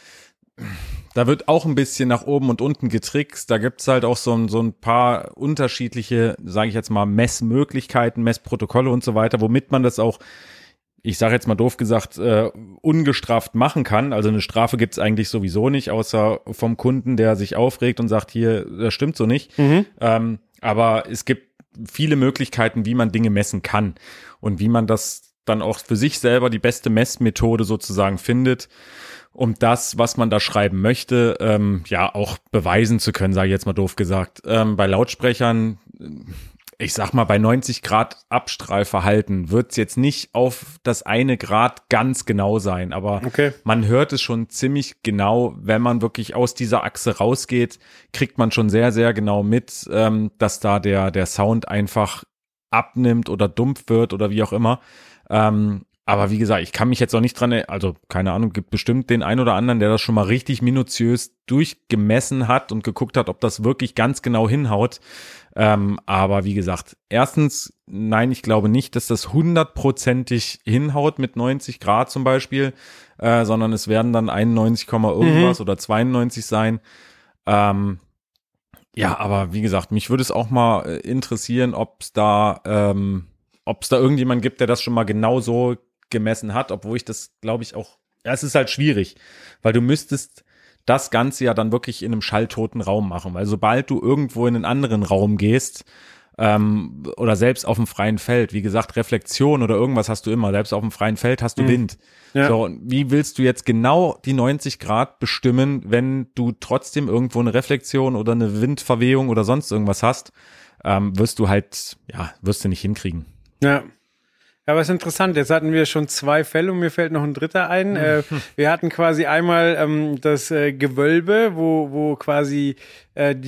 da wird auch ein bisschen nach oben und unten getrickst. Da gibt's halt auch so ein paar unterschiedliche, sage ich jetzt mal, Messmöglichkeiten, Messprotokolle und so weiter, womit man das auch, ich sage jetzt mal doof gesagt, ungestraft machen kann. Also eine Strafe gibt's eigentlich sowieso nicht, außer vom Kunden, der sich aufregt und sagt, hier, das stimmt so nicht. Aber es gibt viele Möglichkeiten, wie man Dinge messen kann und wie man das dann auch für sich selber die beste Messmethode sozusagen findet, um das, was man da schreiben möchte, auch beweisen zu können, sage ich jetzt mal doof gesagt. Bei Lautsprechern, ich sag mal, bei 90 Grad Abstrahlverhalten wird es jetzt nicht auf das eine Grad ganz genau sein, aber man hört es schon ziemlich genau, wenn man wirklich aus dieser Achse rausgeht, kriegt man schon sehr, sehr genau mit, dass da der Sound einfach abnimmt oder dumpf wird oder wie auch immer. Aber wie gesagt, ich kann mich jetzt auch nicht dran, also keine Ahnung, gibt bestimmt den einen oder anderen, der das schon mal richtig minutiös durchgemessen hat und geguckt hat, ob das wirklich ganz genau hinhaut. Aber wie gesagt, erstens, nein, ich glaube nicht, dass das 100%ig hinhaut mit 90 Grad zum Beispiel, sondern es werden dann 91, irgendwas oder 92 sein. Aber wie gesagt, mich würde es auch mal interessieren, ob es da irgendjemand gibt, der das schon mal genau so gemessen hat, obwohl ich das, glaube ich, auch, es ist halt schwierig, weil du müsstest das Ganze ja dann wirklich in einem schalltoten Raum machen, weil sobald du irgendwo in einen anderen Raum gehst, oder selbst auf dem freien Feld, wie gesagt, Reflexion oder irgendwas hast du immer, selbst auf dem freien Feld hast du Wind. Ja. So, wie willst du jetzt genau die 90 Grad bestimmen, wenn du trotzdem irgendwo eine Reflexion oder eine Windverwehung oder sonst irgendwas hast, wirst du nicht hinkriegen. Ja. Ja, aber es ist interessant. Jetzt hatten wir schon 2 Fälle und mir fällt noch ein dritter ein. Wir hatten quasi einmal das Gewölbe, wo quasi der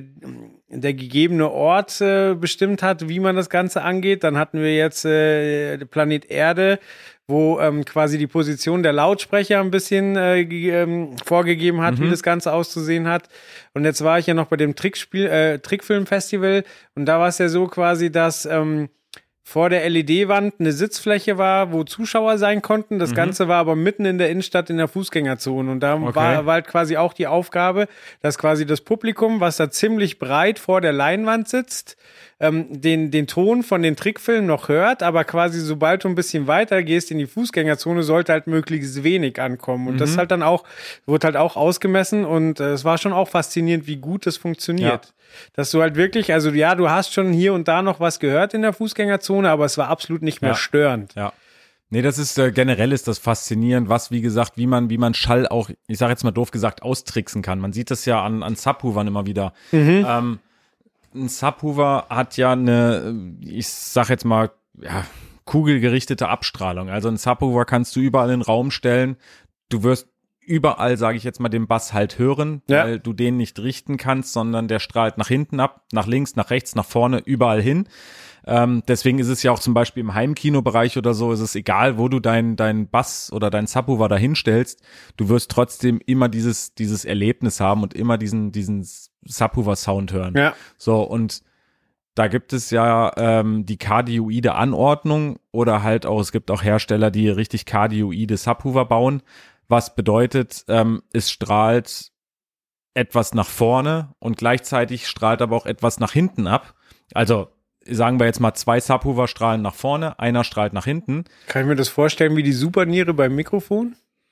gegebene Ort bestimmt hat, wie man das Ganze angeht. Dann hatten wir jetzt Planet Erde, wo quasi die Position der Lautsprecher ein bisschen vorgegeben hat, wie das Ganze auszusehen hat. Und jetzt war ich ja noch bei dem Trickfilmfestival und da war es ja so quasi, dass vor der LED-Wand eine Sitzfläche war, wo Zuschauer sein konnten. Das Ganze war aber mitten in der Innenstadt in der Fußgängerzone. Und da war halt quasi auch die Aufgabe, dass quasi das Publikum, was da ziemlich breit vor der Leinwand sitzt, den Ton von den Trickfilmen noch hört, aber quasi sobald du ein bisschen weiter gehst in die Fußgängerzone, sollte halt möglichst wenig ankommen. Und das halt dann auch, wird halt auch ausgemessen und es war schon auch faszinierend, wie gut das funktioniert. Ja. Dass du halt wirklich, also ja, du hast schon hier und da noch was gehört in der Fußgängerzone, aber es war absolut nicht mehr störend. Ja. Nee, das ist generell ist das faszinierend, was, wie gesagt, wie man Schall auch, ich sage jetzt mal doof gesagt, austricksen kann. Man sieht das ja an Subwoofern immer wieder. ein Subwoofer hat ja eine, ich sag jetzt mal, ja, kugelgerichtete Abstrahlung. Also ein Subwoofer kannst du überall in den Raum stellen. Du wirst überall, sage ich jetzt mal, den Bass halt hören, weil du den nicht richten kannst, sondern der strahlt nach hinten ab, nach links, nach rechts, nach vorne, überall hin. Deswegen ist es ja auch zum Beispiel im Heimkinobereich oder so, ist es egal, wo du dein Bass oder dein Subwoofer da hinstellst, du wirst trotzdem immer dieses Erlebnis haben und immer diesen Subwoofer-Sound hören. Ja. So, und da gibt es ja die kardioide Anordnung oder halt auch, es gibt auch Hersteller, die richtig kardioide Subwoofer bauen, was bedeutet, es strahlt etwas nach vorne und gleichzeitig strahlt aber auch etwas nach hinten ab. Also sagen wir jetzt mal 2 Subwoofer strahlen nach vorne, einer strahlt nach hinten. Kann ich mir das vorstellen wie die Superniere beim Mikrofon?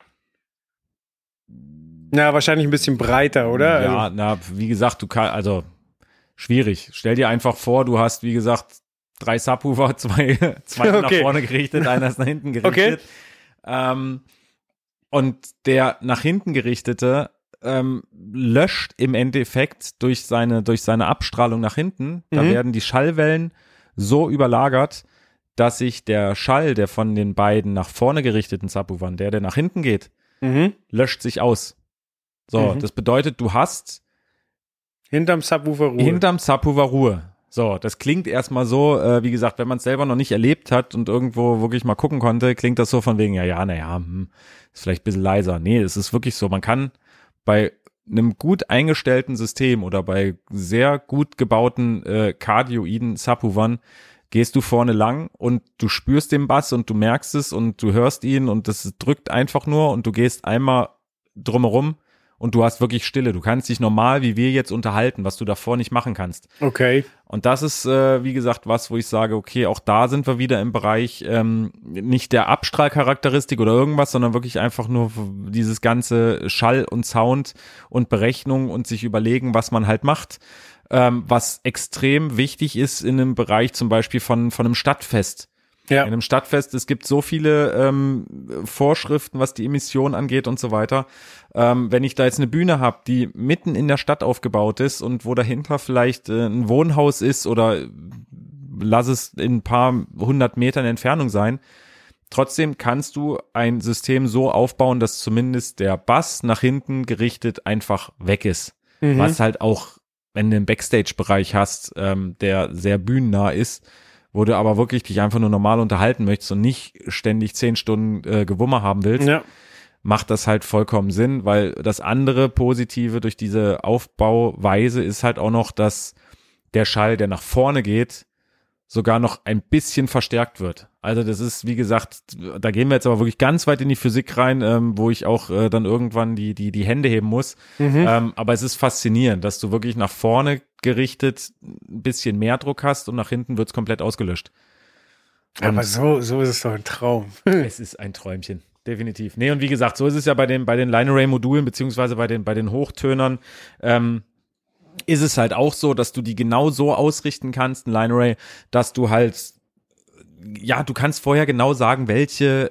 Na, wahrscheinlich ein bisschen breiter, oder? Ja, wie gesagt, du kannst, also schwierig. Stell dir einfach vor, du hast, wie gesagt, 3 Subwoofer, zwei nach vorne gerichtet, einer ist nach hinten gerichtet. Okay. Und der nach hinten gerichtete löscht im Endeffekt durch seine Abstrahlung nach hinten, da werden die Schallwellen so überlagert, dass sich der Schall, der von den beiden nach vorne gerichteten Subwoofern, der nach hinten geht, löscht sich aus. So, das bedeutet, du hast hinterm Subwoofer Ruhe. So, das klingt erstmal so, wie gesagt, wenn man es selber noch nicht erlebt hat und irgendwo wirklich mal gucken konnte, klingt das so von wegen, ist vielleicht ein bisschen leiser. Nee, es ist wirklich so, man kann bei einem gut eingestellten System oder bei sehr gut gebauten kardioiden Subwoofern gehst du vorne lang und du spürst den Bass und du merkst es und du hörst ihn und das drückt einfach nur und du gehst einmal drumherum und du hast wirklich Stille. Du kannst dich normal, wie wir jetzt, unterhalten, was du davor nicht machen kannst. Okay. Und das ist, wie gesagt, was, wo ich sage, okay, auch da sind wir wieder im Bereich nicht der Abstrahlcharakteristik oder irgendwas, sondern wirklich einfach nur dieses ganze Schall und Sound und Berechnung und sich überlegen, was man halt macht. Was extrem wichtig ist in einem Bereich zum Beispiel von einem Stadtfest. Ja. In einem Stadtfest, es gibt so viele Vorschriften, was die Emission angeht und so weiter. Wenn ich da jetzt eine Bühne habe, die mitten in der Stadt aufgebaut ist und wo dahinter vielleicht ein Wohnhaus ist oder lass es in ein paar 100 Metern Entfernung sein, trotzdem kannst du ein System so aufbauen, dass zumindest der Bass nach hinten gerichtet einfach weg ist. Was halt auch, wenn du einen Backstage-Bereich hast, der sehr bühnennah ist, wo du aber wirklich dich einfach nur normal unterhalten möchtest und nicht ständig 10 Stunden Gewummer haben willst, macht das halt vollkommen Sinn, weil das andere Positive durch diese Aufbauweise ist halt auch noch, dass der Schall, der nach vorne geht, sogar noch ein bisschen verstärkt wird. Also das ist, wie gesagt, da gehen wir jetzt aber wirklich ganz weit in die Physik rein, wo ich auch dann irgendwann die Hände heben muss. Aber es ist faszinierend, dass du wirklich nach vorne gerichtet ein bisschen mehr Druck hast und nach hinten wird's komplett ausgelöscht. Und aber so ist es doch ein Traum. Es ist ein Träumchen, definitiv. Nee, und wie gesagt, so ist es ja bei den Line Array Modulen beziehungsweise bei den Hochtönern, ist es halt auch so, dass du die genau so ausrichten kannst, ein Line Array, dass du halt, ja, du kannst vorher genau sagen, welche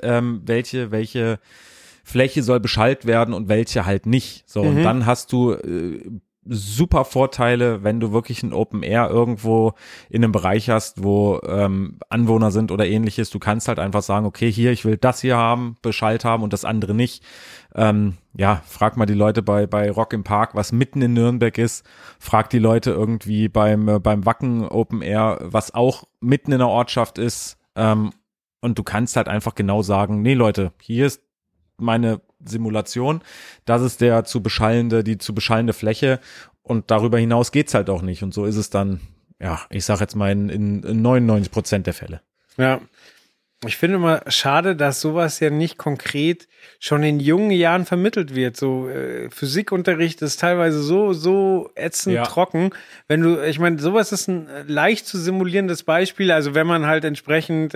Fläche soll beschallt werden und welche halt nicht. So, und dann hast du super Vorteile, wenn du wirklich ein Open Air irgendwo in einem Bereich hast, wo Anwohner sind oder ähnliches. Du kannst halt einfach sagen, okay, hier, ich will das hier haben, beschallt haben und das andere nicht. Frag mal die Leute bei Rock im Park, was mitten in Nürnberg ist. Frag die Leute irgendwie beim Wacken Open Air, was auch mitten in der Ortschaft ist. Und du kannst halt einfach genau sagen, nee Leute, hier ist meine Simulation, das ist die zu beschallende Fläche und darüber hinaus geht's halt auch nicht. Und so ist es dann, ja, ich sag jetzt mal in 99% der Fälle. Ja. Ich finde immer schade, dass sowas ja nicht konkret schon in jungen Jahren vermittelt wird. So Physikunterricht ist teilweise so ätzend trocken. Wenn du, ich meine, sowas ist ein leicht zu simulierendes Beispiel. Also wenn man halt entsprechend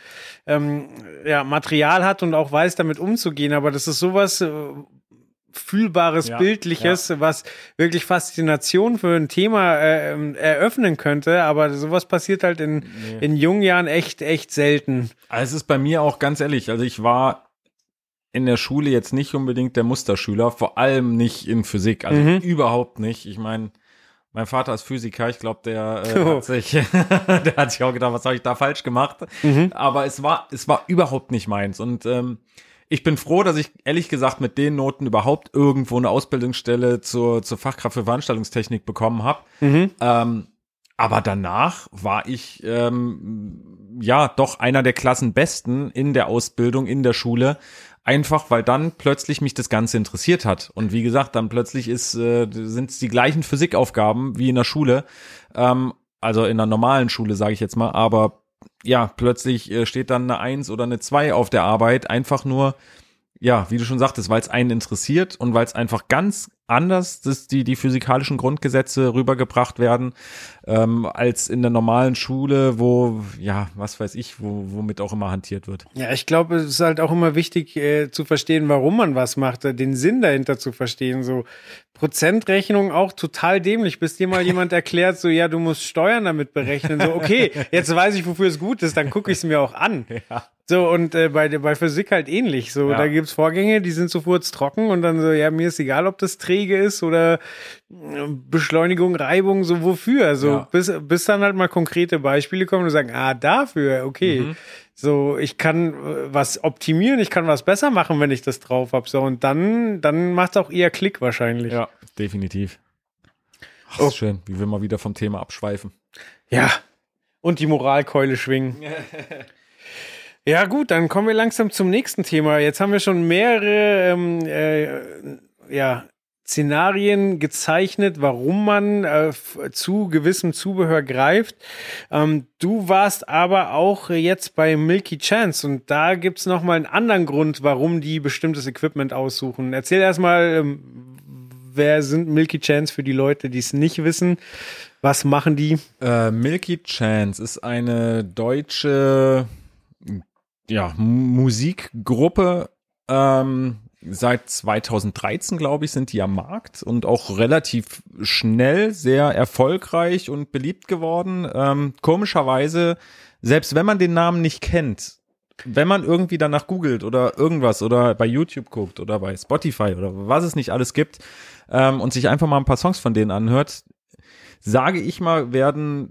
Material hat und auch weiß, damit umzugehen. Aber das ist sowas Fühlbares, Bildliches, was wirklich Faszination für ein Thema eröffnen könnte, aber sowas passiert halt in jungen Jahren echt selten. Also es ist bei mir auch ganz ehrlich, also ich war in der Schule jetzt nicht unbedingt der Musterschüler, vor allem nicht in Physik, also überhaupt nicht. Ich meine, Mein Vater ist Physiker, ich glaube, der hat sich auch gedacht, was habe ich da falsch gemacht? Aber es war überhaupt nicht meins. Und ich bin froh, dass ich ehrlich gesagt mit den Noten überhaupt irgendwo eine Ausbildungsstelle zur Fachkraft für Veranstaltungstechnik bekommen habe. Aber danach war ich doch einer der Klassenbesten in der Ausbildung, in der Schule. Einfach, weil dann plötzlich mich das Ganze interessiert hat. Und wie gesagt, dann plötzlich sind es die gleichen Physikaufgaben wie in der Schule. Also in einer normalen Schule, sage ich jetzt mal. Aber ja, plötzlich steht dann eine 1 oder eine 2 auf der Arbeit. Einfach nur, ja, wie du schon sagtest, weil es einen interessiert und weil es einfach ganz anders die physikalischen Grundgesetze rübergebracht werden, als in der normalen Schule, wo, ja, was weiß ich, womit auch immer hantiert wird. Ja, ich glaube, es ist halt auch immer wichtig zu verstehen, warum man was macht, den Sinn dahinter zu verstehen. So Prozentrechnung auch total dämlich, bis dir mal jemand erklärt, so, ja, du musst Steuern damit berechnen. So, okay, jetzt weiß ich, wofür es gut ist, dann gucke ich es mir auch an. Ja. So, und bei Physik halt ähnlich. So, da gibt's Vorgänge, die sind sofort trocken und dann so, ja, mir ist egal, ob das träge ist oder Beschleunigung, Reibung, so wofür. So, bis dann halt mal konkrete Beispiele kommen und sagen, dafür, okay. So, ich kann was optimieren, ich kann was besser machen, wenn ich das drauf habe. So, und dann macht's auch eher Klick wahrscheinlich. Ja, definitiv. Ach, ist schön, wie wir mal wieder vom Thema abschweifen. Ja, und die Moralkeule schwingen. Ja gut, dann kommen wir langsam zum nächsten Thema. Jetzt haben wir schon mehrere Szenarien gezeichnet, warum man zu gewissem Zubehör greift. Du warst aber auch jetzt bei Milky Chance und da gibt's noch mal einen anderen Grund, warum die bestimmtes Equipment aussuchen. Erzähl erstmal, wer sind Milky Chance für die Leute, die es nicht wissen? Was machen die? Milky Chance ist eine deutsche Musikgruppe, seit 2013, glaube ich, sind die am Markt und auch relativ schnell sehr erfolgreich und beliebt geworden. Komischerweise, selbst wenn man den Namen nicht kennt, wenn man irgendwie danach googelt oder irgendwas oder bei YouTube guckt oder bei Spotify oder was es nicht alles gibt und sich einfach mal ein paar Songs von denen anhört, sage ich mal, werden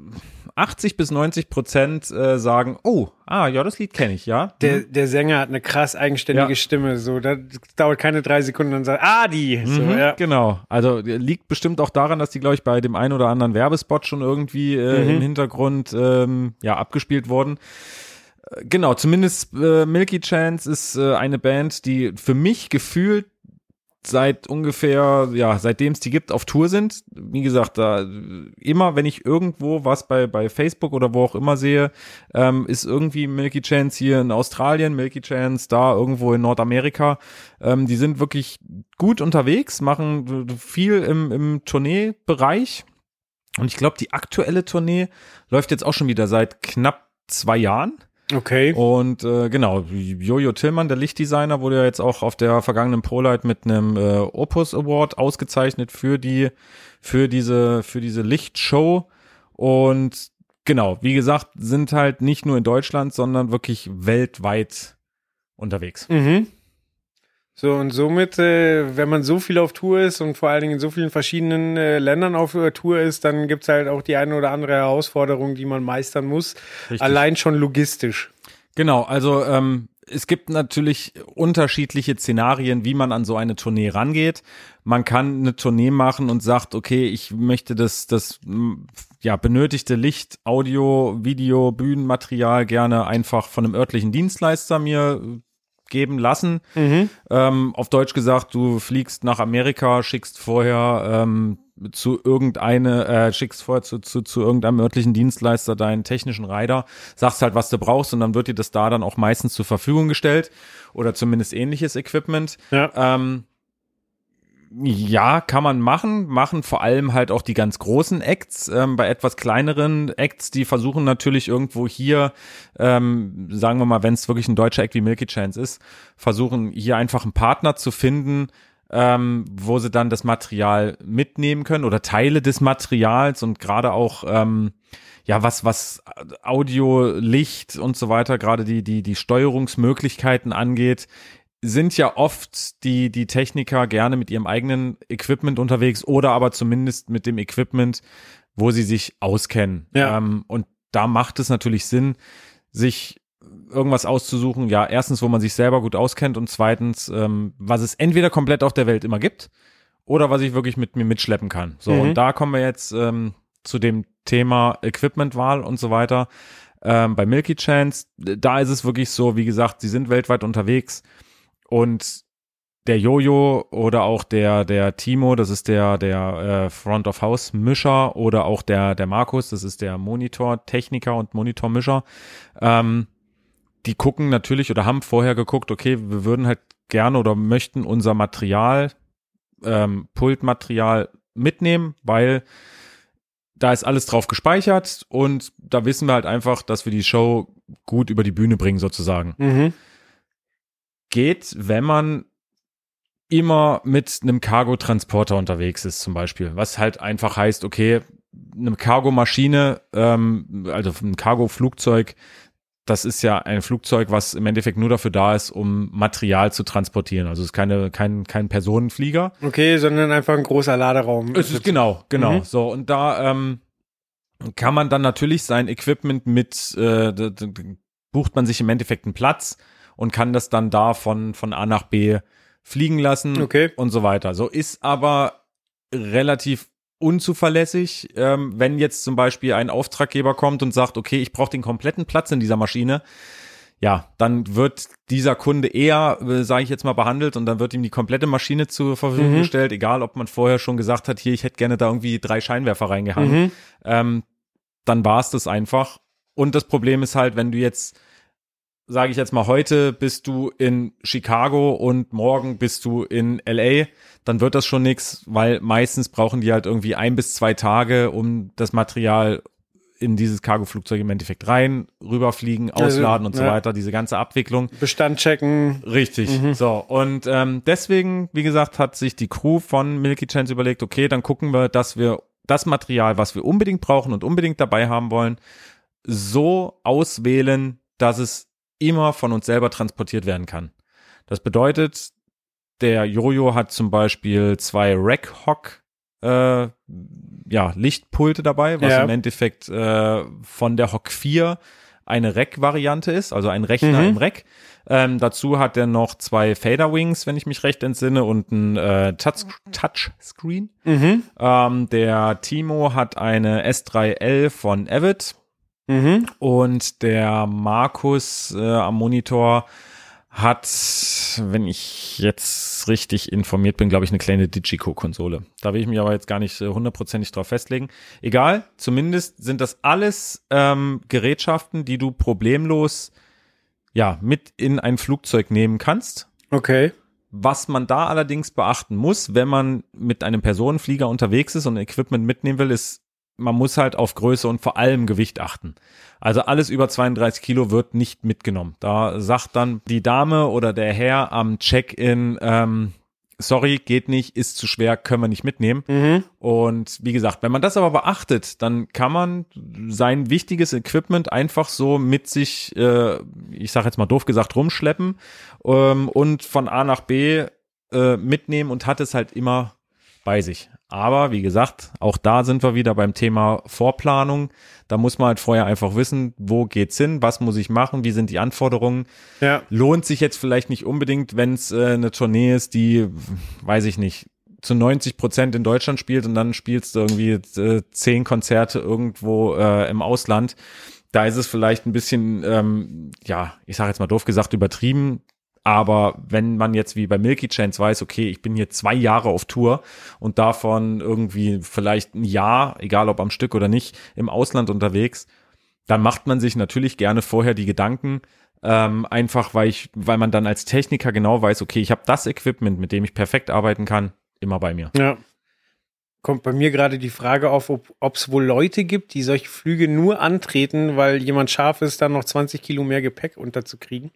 80-90% sagen, das Lied kenne ich, ja. Der Sänger hat eine krass eigenständige Stimme, so, das dauert keine 3 Sekunden und dann sagt, die. So, Genau, also liegt bestimmt auch daran, dass die, glaube ich, bei dem einen oder anderen Werbespot schon irgendwie im Hintergrund abgespielt wurden. Genau, zumindest Milky Chance ist eine Band, die für mich gefühlt seit ungefähr, seitdem es die gibt, auf Tour sind. Wie gesagt, da immer, wenn ich irgendwo was bei Facebook oder wo auch immer sehe, ist irgendwie Milky Chance hier in Australien, Milky Chance da irgendwo in Nordamerika. Die sind wirklich gut unterwegs, machen viel im Tourneebereich. Und ich glaube, die aktuelle Tournee läuft jetzt auch schon wieder seit knapp 2 Jahren. Okay. Und Jojo Tillmann, der Lichtdesigner, wurde ja jetzt auch auf der vergangenen ProLight mit einem Opus Award ausgezeichnet für diese Lichtshow. Und genau, wie gesagt, sind halt nicht nur in Deutschland, sondern wirklich weltweit unterwegs. So, und somit, wenn man so viel auf Tour ist und vor allen Dingen in so vielen verschiedenen Ländern auf Tour ist, dann gibt's halt auch die eine oder andere Herausforderung, die man meistern muss. Richtig. Allein schon logistisch. Genau, also es gibt natürlich unterschiedliche Szenarien, wie man an so eine Tournee rangeht. Man kann eine Tournee machen und sagt, okay, ich möchte das benötigte Licht, Audio, Video, Bühnenmaterial gerne einfach von einem örtlichen Dienstleister mir geben lassen. Auf Deutsch gesagt, du fliegst nach Amerika, schickst vorher zu irgendeinem örtlichen Dienstleister deinen technischen Rider, sagst halt, was du brauchst und dann wird dir das da dann auch meistens zur Verfügung gestellt oder zumindest ähnliches Equipment. Ja, kann man machen vor allem halt auch die ganz großen Acts. Bei etwas kleineren Acts, die versuchen natürlich irgendwo hier, sagen wir mal, wenn es wirklich ein deutscher Act wie Milky Chance ist, versuchen hier einfach einen Partner zu finden, wo sie dann das Material mitnehmen können oder Teile des Materials und gerade auch was Audio, Licht und so weiter, gerade die Steuerungsmöglichkeiten angeht, sind ja oft die Techniker gerne mit ihrem eigenen Equipment unterwegs oder aber zumindest mit dem Equipment, wo sie sich auskennen. Ja. Und da macht es natürlich Sinn, sich irgendwas auszusuchen, ja, erstens, wo man sich selber gut auskennt und zweitens, was es entweder komplett auf der Welt immer gibt oder was ich wirklich mit mir mitschleppen kann. So, und da kommen wir jetzt zu dem Thema Equipmentwahl und so weiter. Bei Milky Chance, da ist es wirklich so, wie gesagt, sie sind weltweit unterwegs und der Jojo oder auch der Timo, das ist der Front-of-House-Mischer oder auch der Markus, das ist der Monitor-Techniker und Monitor-Mischer, die gucken natürlich oder haben vorher geguckt, okay, wir würden halt gerne oder möchten unser Material, Pultmaterial mitnehmen, weil da ist alles drauf gespeichert und da wissen wir halt einfach, dass wir die Show gut über die Bühne bringen sozusagen. Geht, wenn man immer mit einem Cargo-Transporter unterwegs ist zum Beispiel, was halt einfach heißt, okay, eine Cargo-Maschine, also ein Cargo-Flugzeug, das ist ja ein Flugzeug, was im Endeffekt nur dafür da ist, um Material zu transportieren. Also es ist kein Personenflieger. Okay, sondern einfach ein großer Laderaum. Es ist genau. So, und da kann man dann natürlich sein Equipment bucht man sich im Endeffekt einen Platz und kann das dann da von A nach B fliegen lassen und so weiter. So ist aber relativ unzuverlässig, wenn jetzt zum Beispiel ein Auftraggeber kommt und sagt, okay, ich brauche den kompletten Platz in dieser Maschine, ja, dann wird dieser Kunde eher, sage ich jetzt mal, behandelt und dann wird ihm die komplette Maschine zur Verfügung gestellt, egal ob man vorher schon gesagt hat, hier, ich hätte gerne da irgendwie 3 Scheinwerfer reingehangen. Dann war es das einfach. Und das Problem ist halt, wenn du jetzt, sage ich jetzt mal, heute bist du in Chicago und morgen bist du in LA, dann wird das schon nichts, weil meistens brauchen die halt irgendwie 1 bis 2 Tage, um das Material in dieses Cargo-Flugzeug im Endeffekt rüberfliegen, ausladen und so weiter, diese ganze Abwicklung. Bestand checken. Richtig, so. Und deswegen, wie gesagt, hat sich die Crew von Milky Chance überlegt, okay, dann gucken wir, dass wir das Material, was wir unbedingt brauchen und unbedingt dabei haben wollen, so auswählen, dass es immer von uns selber transportiert werden kann. Das bedeutet, der Jojo hat zum Beispiel 2 Rack-Hock Lichtpulte dabei, was im Endeffekt von der Hock 4 eine Rack-Variante ist, also ein Rechner im Rack. Dazu hat er noch 2 Fader-Wings, wenn ich mich recht entsinne, und ein Touchscreen. Der Timo hat eine S3L von Avid. Und der Markus am Monitor hat, wenn ich jetzt richtig informiert bin, glaube ich, eine kleine Digico-Konsole. Da will ich mich aber jetzt gar nicht 100%ig drauf festlegen. Egal, zumindest sind das alles Gerätschaften, die du problemlos mit in ein Flugzeug nehmen kannst. Okay. Was man da allerdings beachten muss, wenn man mit einem Personenflieger unterwegs ist und Equipment mitnehmen will, ist, man muss halt auf Größe und vor allem Gewicht achten. Also alles über 32 Kilo wird nicht mitgenommen. Da sagt dann die Dame oder der Herr am Check-in, sorry, geht nicht, ist zu schwer, können wir nicht mitnehmen. Und wie gesagt, wenn man das aber beachtet, dann kann man sein wichtiges Equipment einfach so mit sich, ich sage jetzt mal doof gesagt, rumschleppen und von A nach B mitnehmen und hat es halt immer bei sich. Aber wie gesagt, auch da sind wir wieder beim Thema Vorplanung. Da muss man halt vorher einfach wissen, wo geht's hin, was muss ich machen, wie sind die Anforderungen. Ja. Lohnt sich jetzt vielleicht nicht unbedingt, wenn es eine Tournee ist, die, weiß ich nicht, zu 90% in Deutschland spielt und dann spielst du irgendwie 10 Konzerte irgendwo im Ausland. Da ist es vielleicht ein bisschen, ich sage jetzt mal doof gesagt, übertrieben. Aber wenn man jetzt wie bei Milky Chance weiß, okay, ich bin hier 2 Jahre auf Tour und davon irgendwie vielleicht ein Jahr, egal ob am Stück oder nicht, im Ausland unterwegs, dann macht man sich natürlich gerne vorher die Gedanken, einfach weil man dann als Techniker genau weiß, okay, ich habe das Equipment, mit dem ich perfekt arbeiten kann, immer bei mir. Ja. Kommt bei mir gerade die Frage auf, ob es wohl Leute gibt, die solche Flüge nur antreten, weil jemand scharf ist, dann noch 20 Kilo mehr Gepäck unterzukriegen.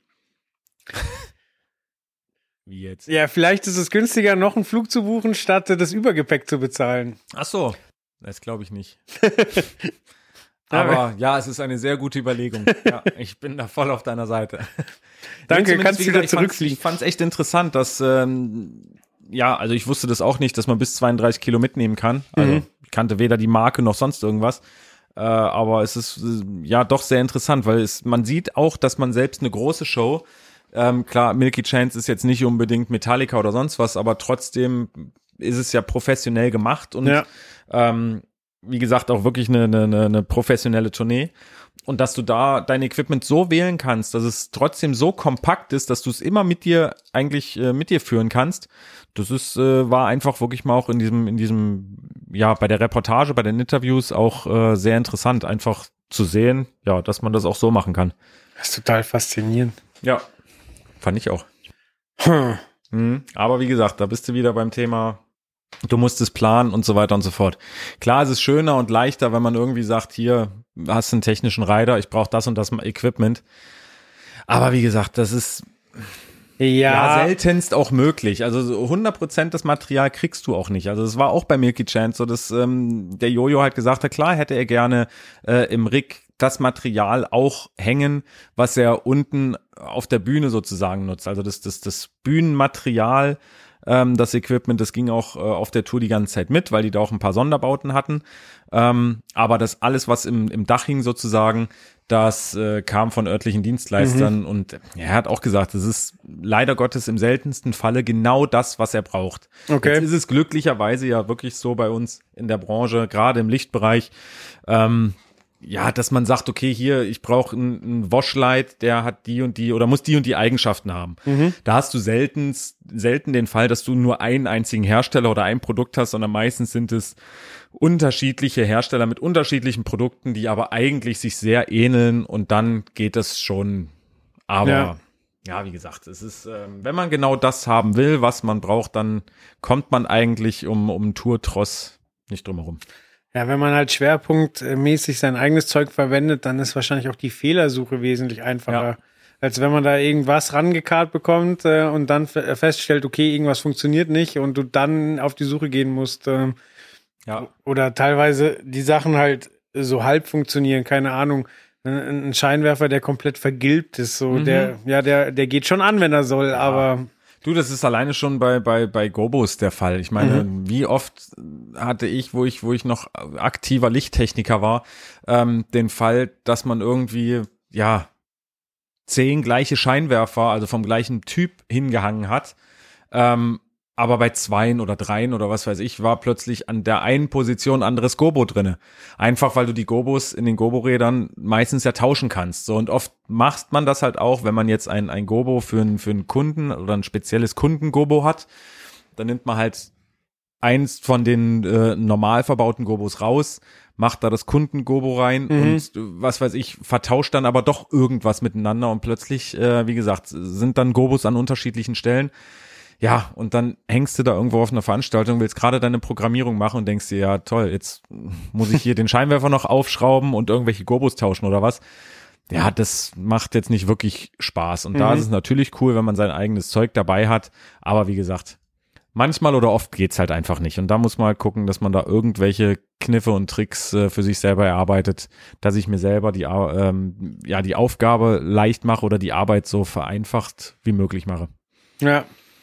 Wie jetzt? Ja, vielleicht ist es günstiger, noch einen Flug zu buchen, statt das Übergepäck zu bezahlen. Ach so, das glaube ich nicht. Aber ja, es ist eine sehr gute Überlegung. Ja, ich bin da voll auf deiner Seite. Danke, kannst du wieder zurückfliegen. Ich fand es echt interessant, dass, also ich wusste das auch nicht, dass man bis 32 Kilo mitnehmen kann. Also ich kannte weder die Marke noch sonst irgendwas. Aber es ist ja doch sehr interessant, weil man sieht auch, dass man selbst eine große Show, klar, Milky Chance ist jetzt nicht unbedingt Metallica oder sonst was, aber trotzdem ist es ja professionell gemacht und wie gesagt auch wirklich eine professionelle Tournee. Und dass du da dein Equipment so wählen kannst, dass es trotzdem so kompakt ist, dass du es immer mit dir führen kannst. Das war einfach wirklich mal auch in diesem, bei der Reportage, bei den Interviews auch sehr interessant, einfach zu sehen, ja, dass man das auch so machen kann. Das ist total faszinierend. Ja, fand ich auch. Aber wie gesagt, da bist du wieder beim Thema, du musst es planen und so weiter und so fort. Klar, es ist schöner und leichter, wenn man irgendwie sagt, hier hast du einen technischen Rider, ich brauche das und das Equipment. Aber wie gesagt, das ist seltenst auch möglich. Also so 100% das Material kriegst du auch nicht. Also das war auch bei Milky Chance so, dass der Jojo halt gesagt hat, klar hätte er gerne im Rig das Material auch hängen, was er unten auf der Bühne sozusagen nutzt. Also das Bühnenmaterial, das Equipment, das ging auch auf der Tour die ganze Zeit mit, weil die da auch ein paar Sonderbauten hatten. Aber das alles, was im Dach hing sozusagen, das kam von örtlichen Dienstleistern und er hat auch gesagt, es ist leider Gottes im seltensten Falle genau das, was er braucht. Okay. Jetzt ist es glücklicherweise ja wirklich so bei uns in der Branche, gerade im Lichtbereich, dass man sagt, okay, hier, ich brauche einen Washlight, der hat die und die oder muss die und die Eigenschaften haben. Da hast du selten den Fall, dass du nur einen einzigen Hersteller oder ein Produkt hast, sondern meistens sind es unterschiedliche Hersteller mit unterschiedlichen Produkten, die aber eigentlich sich sehr ähneln und dann geht das schon. Aber ja, wie gesagt, es ist, wenn man genau das haben will, was man braucht, dann kommt man eigentlich um Tour-Tross nicht drum herum. Ja, wenn man halt schwerpunktmäßig sein eigenes Zeug verwendet, dann ist wahrscheinlich auch die Fehlersuche wesentlich einfacher, als wenn man da irgendwas rangekarrt bekommt und dann feststellt, okay, irgendwas funktioniert nicht und du dann auf die Suche gehen musst. Oder teilweise die Sachen halt so halb funktionieren, keine Ahnung. Ein Scheinwerfer, der komplett vergilbt ist, so der geht schon an, wenn er soll, aber du, das ist alleine schon bei Gobos der Fall. Ich meine, wie oft hatte ich, wo ich noch aktiver Lichttechniker war, den Fall, dass man irgendwie, 10 gleiche Scheinwerfer, also vom gleichen Typ hingehangen hat, aber bei 2 oder 3 oder was weiß ich, war plötzlich an der einen Position anderes Gobo drinne. Einfach, weil du die Gobos in den Gobo-Rädern meistens ja tauschen kannst. So, und oft macht man das halt auch, wenn man jetzt ein Gobo für einen Kunden oder ein spezielles Kunden-Gobo hat, dann nimmt man halt eins von den normal verbauten Gobos raus, macht da das Kunden-Gobo rein und was weiß ich, vertauscht dann aber doch irgendwas miteinander und plötzlich, wie gesagt, sind dann Gobos an unterschiedlichen Stellen. Ja, und dann hängst du da irgendwo auf einer Veranstaltung, willst gerade deine Programmierung machen und denkst dir, ja toll, jetzt muss ich hier den Scheinwerfer noch aufschrauben und irgendwelche Gobos tauschen oder was. Ja, das macht jetzt nicht wirklich Spaß. Und da ist es natürlich cool, wenn man sein eigenes Zeug dabei hat. Aber wie gesagt, manchmal oder oft geht's halt einfach nicht. Und da muss man halt gucken, dass man da irgendwelche Kniffe und Tricks für sich selber erarbeitet, dass ich mir selber die Aufgabe leicht mache oder die Arbeit so vereinfacht wie möglich mache. Ja.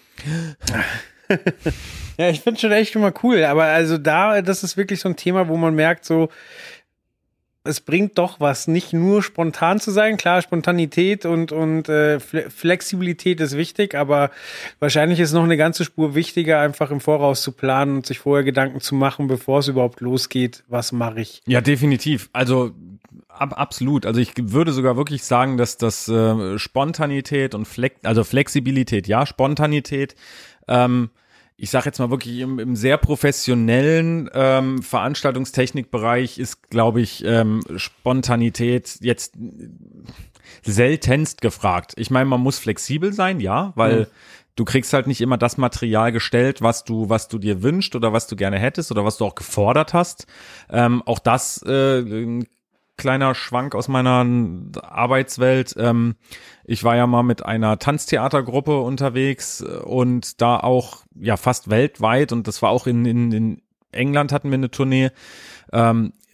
Ja, ich finde schon echt immer cool, aber also das ist wirklich so ein Thema, wo man merkt, so, es bringt doch was, nicht nur spontan zu sein. Klar, Spontanität und Flexibilität ist wichtig, aber wahrscheinlich ist noch eine ganze Spur wichtiger, einfach im Voraus zu planen und sich vorher Gedanken zu machen, bevor es überhaupt losgeht, was mache ich. Ja, definitiv. Also absolut. Also ich würde sogar wirklich sagen, dass das Spontanität und Flexibilität, ja, Spontanität, ich sage jetzt mal wirklich im sehr professionellen Veranstaltungstechnikbereich ist, glaube ich, Spontanität jetzt seltenst gefragt. Ich meine, man muss flexibel sein, ja, weil du kriegst halt nicht immer das Material gestellt, was du dir wünschst oder was du gerne hättest oder was du auch gefordert hast. Auch das kleiner Schwank aus meiner Arbeitswelt. Ich war ja mal mit einer Tanztheatergruppe unterwegs und da auch ja fast weltweit und das war auch in England hatten wir eine Tournee.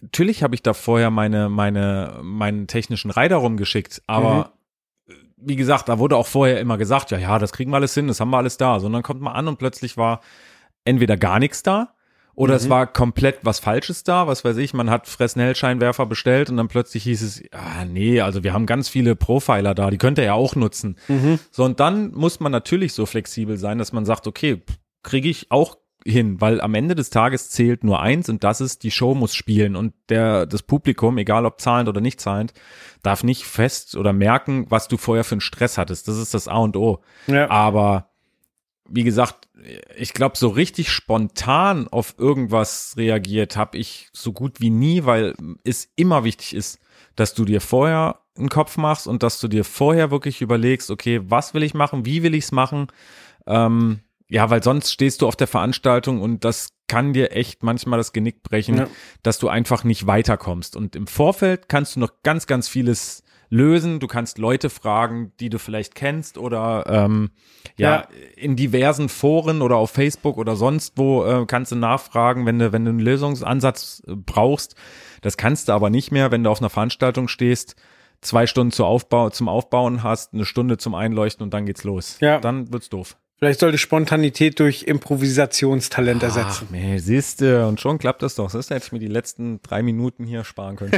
natürlich habe ich da vorher meinen technischen Reiter rumgeschickt, aber wie gesagt, da wurde auch vorher immer gesagt, ja, das kriegen wir alles hin, das haben wir alles da. So, und dann kommt man an und plötzlich war entweder gar nichts da oder es war komplett was Falsches da, was weiß ich, man hat Fresnel-Scheinwerfer bestellt und dann plötzlich hieß es, nee, also wir haben ganz viele Profiler da, die könnt ihr ja auch nutzen. So, und dann muss man natürlich so flexibel sein, dass man sagt, okay, kriege ich auch hin, weil am Ende des Tages zählt nur eins und das ist, die Show muss spielen und das Publikum, egal ob zahlend oder nicht zahlend, darf nicht fest oder merken, was du vorher für einen Stress hattest. Das ist das A und O. Ja. Aber wie gesagt, ich glaube, so richtig spontan auf irgendwas reagiert habe ich so gut wie nie, weil es immer wichtig ist, dass du dir vorher einen Kopf machst und dass du dir vorher wirklich überlegst, okay, was will ich machen, wie will ich es machen, ja, weil sonst stehst du auf der Veranstaltung und das kann dir echt manchmal das Genick brechen, dass du einfach nicht weiterkommst. Und im Vorfeld kannst du noch ganz, ganz vieles lösen. Du kannst Leute fragen, die du vielleicht kennst oder in diversen Foren oder auf Facebook oder sonst wo kannst du nachfragen, wenn du einen Lösungsansatz brauchst. Das kannst du aber nicht mehr, wenn du auf einer Veranstaltung stehst, 2 Stunden zum Aufbauen hast, 1 Stunde zum Einleuchten und dann geht's los. Ja. Dann wird's doof. Vielleicht sollte Spontanität durch Improvisationstalent ersetzen. Nee, siehste, und schon klappt das doch. Das hätte ich mir die letzten 3 Minuten hier sparen können.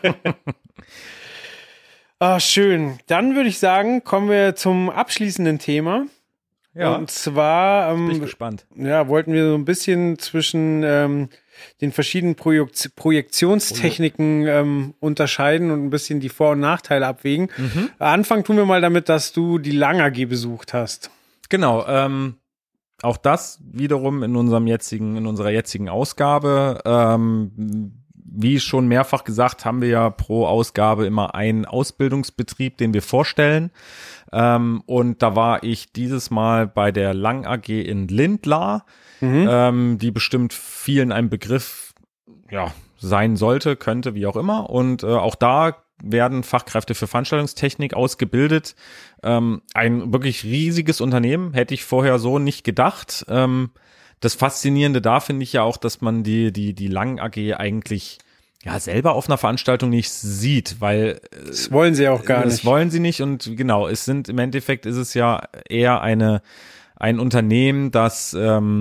Schön. Dann würde ich sagen, kommen wir zum abschließenden Thema. Ja. Und zwar bin ich gespannt. Ja, wollten wir so ein bisschen zwischen den verschiedenen Projektionstechniken unterscheiden und ein bisschen die Vor- und Nachteile abwägen. Anfangen tun wir mal damit, dass du die Lang AG besucht hast. Genau, auch das wiederum in unserer jetzigen Ausgabe. Wie schon mehrfach gesagt, haben wir ja pro Ausgabe immer einen Ausbildungsbetrieb, den wir vorstellen. Und da war ich dieses Mal bei der Lang AG in Lindlar, die bestimmt vielen ein Begriff sein sollte, könnte, wie auch immer. Und auch da werden Fachkräfte für Veranstaltungstechnik ausgebildet. Ein wirklich riesiges Unternehmen, hätte ich vorher so nicht gedacht. Das Faszinierende da finde ich ja auch, dass man die Lang AG eigentlich selber auf einer Veranstaltung nicht sieht, weil das wollen sie auch gar nicht. Das wollen sie nicht und genau, im Endeffekt ist es ja eher ein Unternehmen, das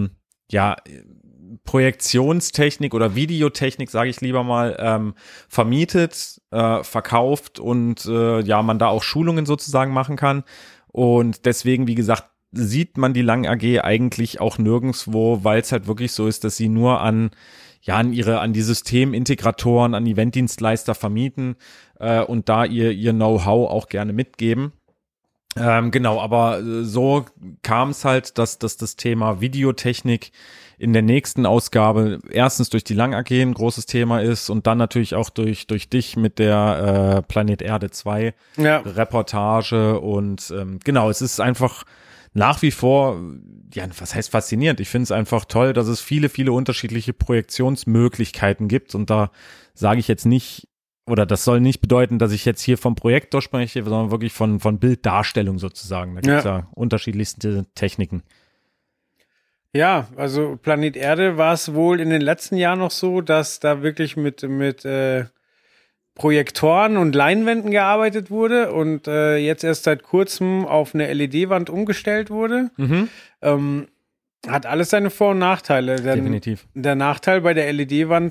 Projektionstechnik oder Videotechnik, sage ich lieber mal, vermietet, verkauft und man da auch Schulungen sozusagen machen kann. Und deswegen, wie gesagt, sieht man die Lang AG eigentlich auch nirgendwo, weil es halt wirklich so ist, dass sie nur an die Systemintegratoren, an Eventdienstleister vermieten und da ihr Know-how auch gerne mitgeben. Genau, aber so kam es halt, dass das Thema Videotechnik in der nächsten Ausgabe erstens durch die Lang AG ein großes Thema ist und dann natürlich auch durch dich mit der Planet Erde 2 Reportage und genau, es ist einfach nach wie vor, was heißt faszinierend? Ich finde es einfach toll, dass es viele, viele unterschiedliche Projektionsmöglichkeiten gibt und da sage ich jetzt nicht, oder das soll nicht bedeuten, dass ich jetzt hier vom Projektor spreche, sondern wirklich von Bilddarstellung sozusagen. Da gibt es ja unterschiedlichste Techniken. Ja, also Planet Erde war es wohl in den letzten Jahren noch so, dass da wirklich mit Projektoren und Leinwänden gearbeitet wurde und jetzt erst seit kurzem auf eine LED-Wand umgestellt wurde. Hat alles seine Vor- und Nachteile. Definitiv. Der Nachteil bei der LED-Wand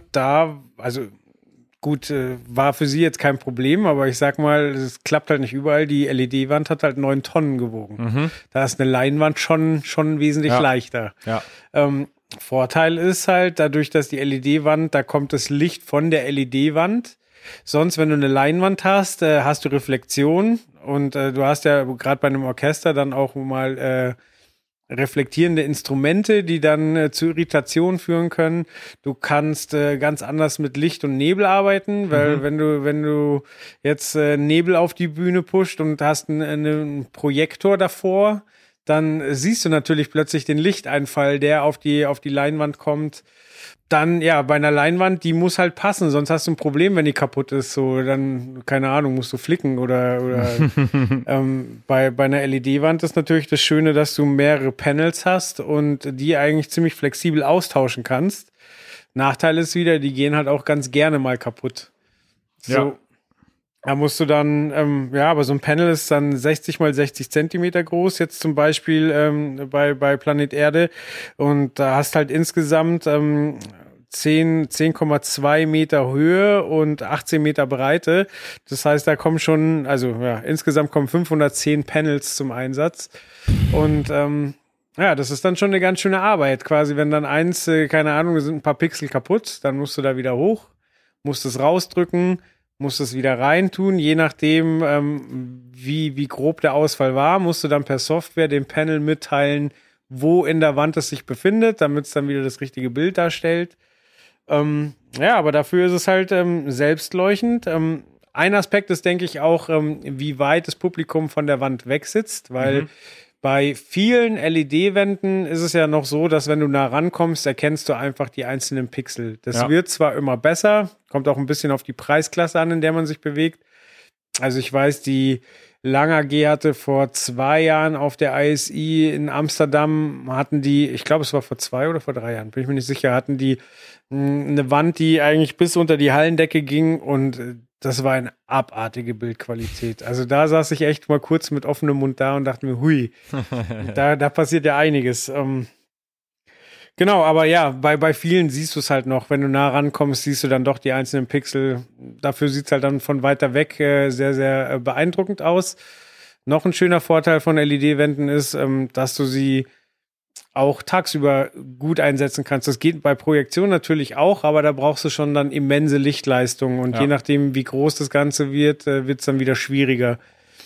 war für sie jetzt kein Problem, aber ich sag mal, es klappt halt nicht überall. Die LED-Wand hat halt 9 Tonnen gewogen. Da ist eine Leinwand schon wesentlich leichter. Ja. Vorteil ist halt, dadurch, dass die LED-Wand, da kommt das Licht von der LED-Wand. Sonst, wenn du eine Leinwand hast, hast du Reflexion und du hast ja gerade bei einem Orchester dann auch mal reflektierende Instrumente, die dann zu Irritation führen können. Du kannst ganz anders mit Licht und Nebel arbeiten, weil wenn du jetzt Nebel auf die Bühne pusht und hast einen Projektor davor, dann siehst du natürlich plötzlich den Lichteinfall, der auf die Leinwand kommt. Dann, bei einer Leinwand, die muss halt passen, sonst hast du ein Problem, wenn die kaputt ist. So, dann, keine Ahnung, musst du flicken oder bei einer LED-Wand ist natürlich das Schöne, dass du mehrere Panels hast und die eigentlich ziemlich flexibel austauschen kannst. Nachteil ist wieder, die gehen halt auch ganz gerne mal kaputt. So. Ja. Da musst du dann, aber so ein Panel ist dann 60 mal 60 Zentimeter groß, jetzt zum Beispiel bei Planet Erde. Und da hast halt insgesamt 10,2 Meter Höhe und 18 Meter Breite. Das heißt, da kommen schon, insgesamt kommen 510 Panels zum Einsatz. Und das ist dann schon eine ganz schöne Arbeit. Quasi, wenn dann eins, keine Ahnung, sind ein paar Pixel kaputt, dann musst du da wieder hoch, musst es rausdrücken, musst es wieder reintun, je nachdem, wie grob der Ausfall war, musst du dann per Software dem Panel mitteilen, wo in der Wand es sich befindet, damit es dann wieder das richtige Bild darstellt. Aber dafür ist es halt selbstleuchtend. Ein Aspekt ist, denke ich, auch, wie weit das Publikum von der Wand wegsitzt, weil bei vielen LED-Wänden ist es ja noch so, dass wenn du nah rankommst, erkennst du einfach die einzelnen Pixel. Das wird zwar immer besser, kommt auch ein bisschen auf die Preisklasse an, in der man sich bewegt. Also ich weiß, die Lang AG hatte vor 2 Jahren auf der ISI in Amsterdam, hatten die, ich glaube es war vor 2 oder vor 3 Jahren, bin ich mir nicht sicher, hatten die eine Wand, die eigentlich bis unter die Hallendecke ging und das war eine abartige Bildqualität. Also da saß ich echt mal kurz mit offenem Mund da und dachte mir, hui, da passiert ja einiges. Genau, aber ja, bei vielen siehst du es halt noch. Wenn du nah rankommst, siehst du dann doch die einzelnen Pixel. Dafür sieht es halt dann von weiter weg sehr, sehr beeindruckend aus. Noch ein schöner Vorteil von LED-Wänden ist, dass du sie auch tagsüber gut einsetzen kannst. Das geht bei Projektion natürlich auch, aber da brauchst du schon dann immense Lichtleistung. Und je nachdem, wie groß das Ganze wird, wird es dann wieder schwieriger.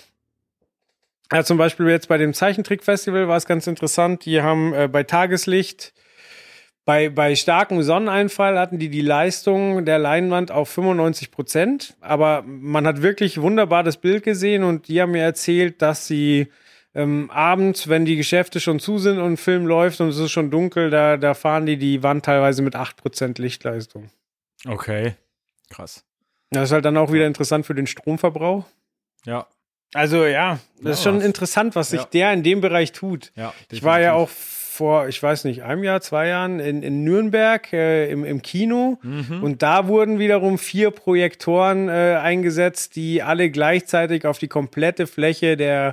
Ja, zum Beispiel jetzt bei dem Zeichentrickfestival war es ganz interessant. Die haben bei Tageslicht, bei starkem Sonneneinfall hatten die Leistung der Leinwand auf 95%. Aber man hat wirklich wunderbar das Bild gesehen und die haben mir erzählt, dass sie abends, wenn die Geschäfte schon zu sind und ein Film läuft und es ist schon dunkel, da fahren die Wand teilweise mit 8% Lichtleistung. Okay, krass. Das ist halt dann auch wieder interessant für den Stromverbrauch. Ja. Also das ist schon interessant, was sich der in dem Bereich tut. Ja, ich war ja auch vor, ich weiß nicht, 1 Jahr, 2 Jahren in Nürnberg im Kino und da wurden wiederum 4 Projektoren eingesetzt, die alle gleichzeitig auf die komplette Fläche der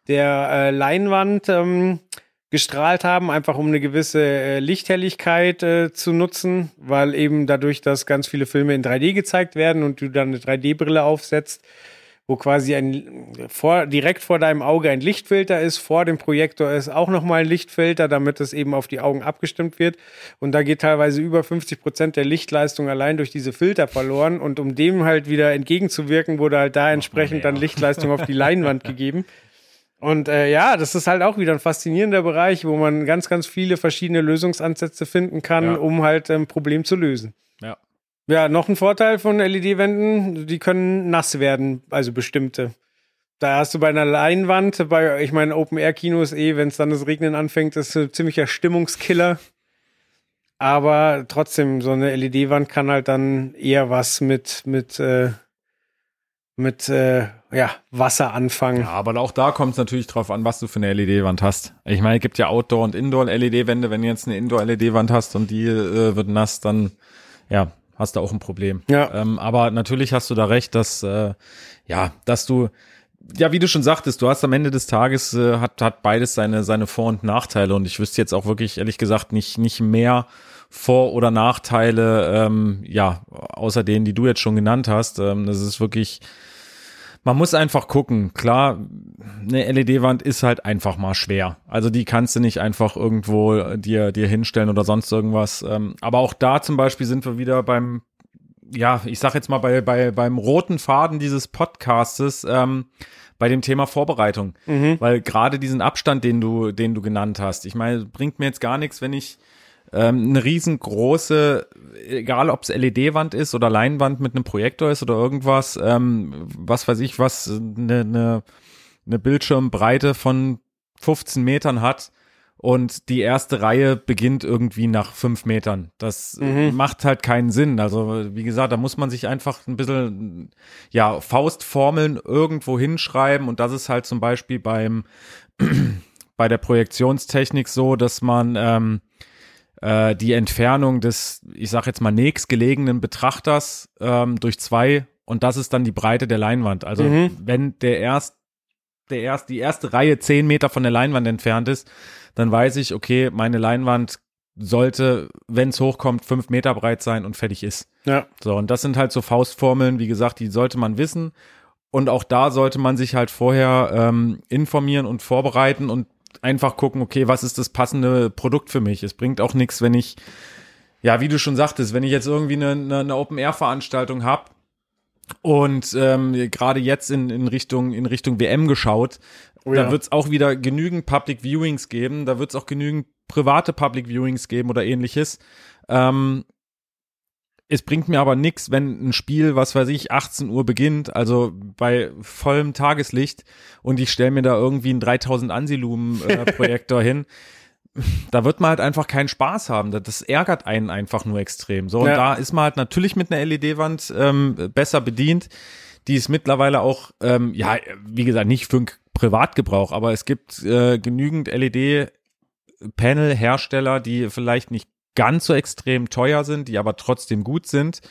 Leinwand gestrahlt haben, einfach um eine gewisse Lichthelligkeit zu nutzen, weil eben dadurch, dass ganz viele Filme in 3D gezeigt werden und du dann eine 3D-Brille aufsetzt, wo quasi direkt vor deinem Auge ein Lichtfilter ist, vor dem Projektor ist auch nochmal ein Lichtfilter, damit es eben auf die Augen abgestimmt wird. Und da geht teilweise über 50% der Lichtleistung allein durch diese Filter verloren. Und um dem halt wieder entgegenzuwirken, wurde halt da entsprechend dann Lichtleistung auf die Leinwand gegeben. Und das ist halt auch wieder ein faszinierender Bereich, wo man ganz, ganz viele verschiedene Lösungsansätze finden kann, um halt ein Problem zu lösen. Ja. Ja, noch ein Vorteil von LED-Wänden, die können nass werden, also bestimmte. Da hast du bei einer Leinwand, ich meine, Open-Air-Kinos wenn es dann das Regnen anfängt, ist ein ziemlicher Stimmungskiller. Aber trotzdem, so eine LED-Wand kann halt dann eher was mit Wasser anfangen. Ja, aber auch da kommt es natürlich drauf an, was du für eine LED-Wand hast. Ich meine, es gibt ja Outdoor- und Indoor-LED-Wände. Wenn du jetzt eine Indoor-LED-Wand hast und die wird nass, dann hast du auch ein Problem. Ja. Aber natürlich hast du da recht, dass du, wie du schon sagtest, du hast am Ende des Tages, hat beides seine Vor- und Nachteile und ich wüsste jetzt auch wirklich, ehrlich gesagt, nicht mehr Vor- oder Nachteile, außer denen, die du jetzt schon genannt hast. Das ist wirklich, man muss einfach gucken. Klar, eine LED-Wand ist halt einfach mal schwer. Also die kannst du nicht einfach irgendwo dir hinstellen oder sonst irgendwas. Aber auch da zum Beispiel sind wir wieder beim, ich sag jetzt mal beim roten Faden dieses Podcastes, bei dem Thema Vorbereitung. Weil gerade diesen Abstand, den du genannt hast, ich meine, bringt mir jetzt gar nichts, wenn ich eine riesengroße, egal ob es LED-Wand ist oder Leinwand mit einem Projektor ist oder irgendwas, was weiß ich was, eine Bildschirmbreite von 15 Metern hat und die erste Reihe beginnt irgendwie nach 5 Metern. Das macht halt keinen Sinn. Also wie gesagt, da muss man sich einfach ein bisschen Faustformeln irgendwo hinschreiben und das ist halt zum Beispiel bei der Projektionstechnik so, dass man die Entfernung des, ich sag jetzt mal, nächstgelegenen Betrachters durch 2 und das ist dann die Breite der Leinwand. Also wenn die erste Reihe 10 Meter von der Leinwand entfernt ist, dann weiß ich, okay, meine Leinwand sollte, wenn es hochkommt, 5 Meter breit sein und fertig ist. Ja. So, und das sind halt so Faustformeln, wie gesagt, die sollte man wissen. Und auch da sollte man sich halt vorher informieren und vorbereiten und einfach gucken, okay, was ist das passende Produkt für mich? Es bringt auch nichts, wenn ich, ja, wie du schon sagtest, wenn ich jetzt irgendwie eine Open-Air-Veranstaltung habe und gerade jetzt in Richtung WM geschaut, da wird es auch wieder genügend Public Viewings geben, da wird es auch genügend private Public Viewings geben oder ähnliches. Es bringt mir aber nichts, wenn ein Spiel, was weiß ich, 18 Uhr beginnt, also bei vollem Tageslicht und ich stelle mir da irgendwie einen 3000 Ansilumen-Projektor hin. Da wird man halt einfach keinen Spaß haben. Das ärgert einen einfach nur extrem. So, und da ist man halt natürlich mit einer LED-Wand besser bedient. Die ist mittlerweile auch, wie gesagt, nicht für einen Privatgebrauch, aber es gibt genügend LED-Panel-Hersteller, die vielleicht nicht ganz so extrem teuer sind, die aber trotzdem gut sind.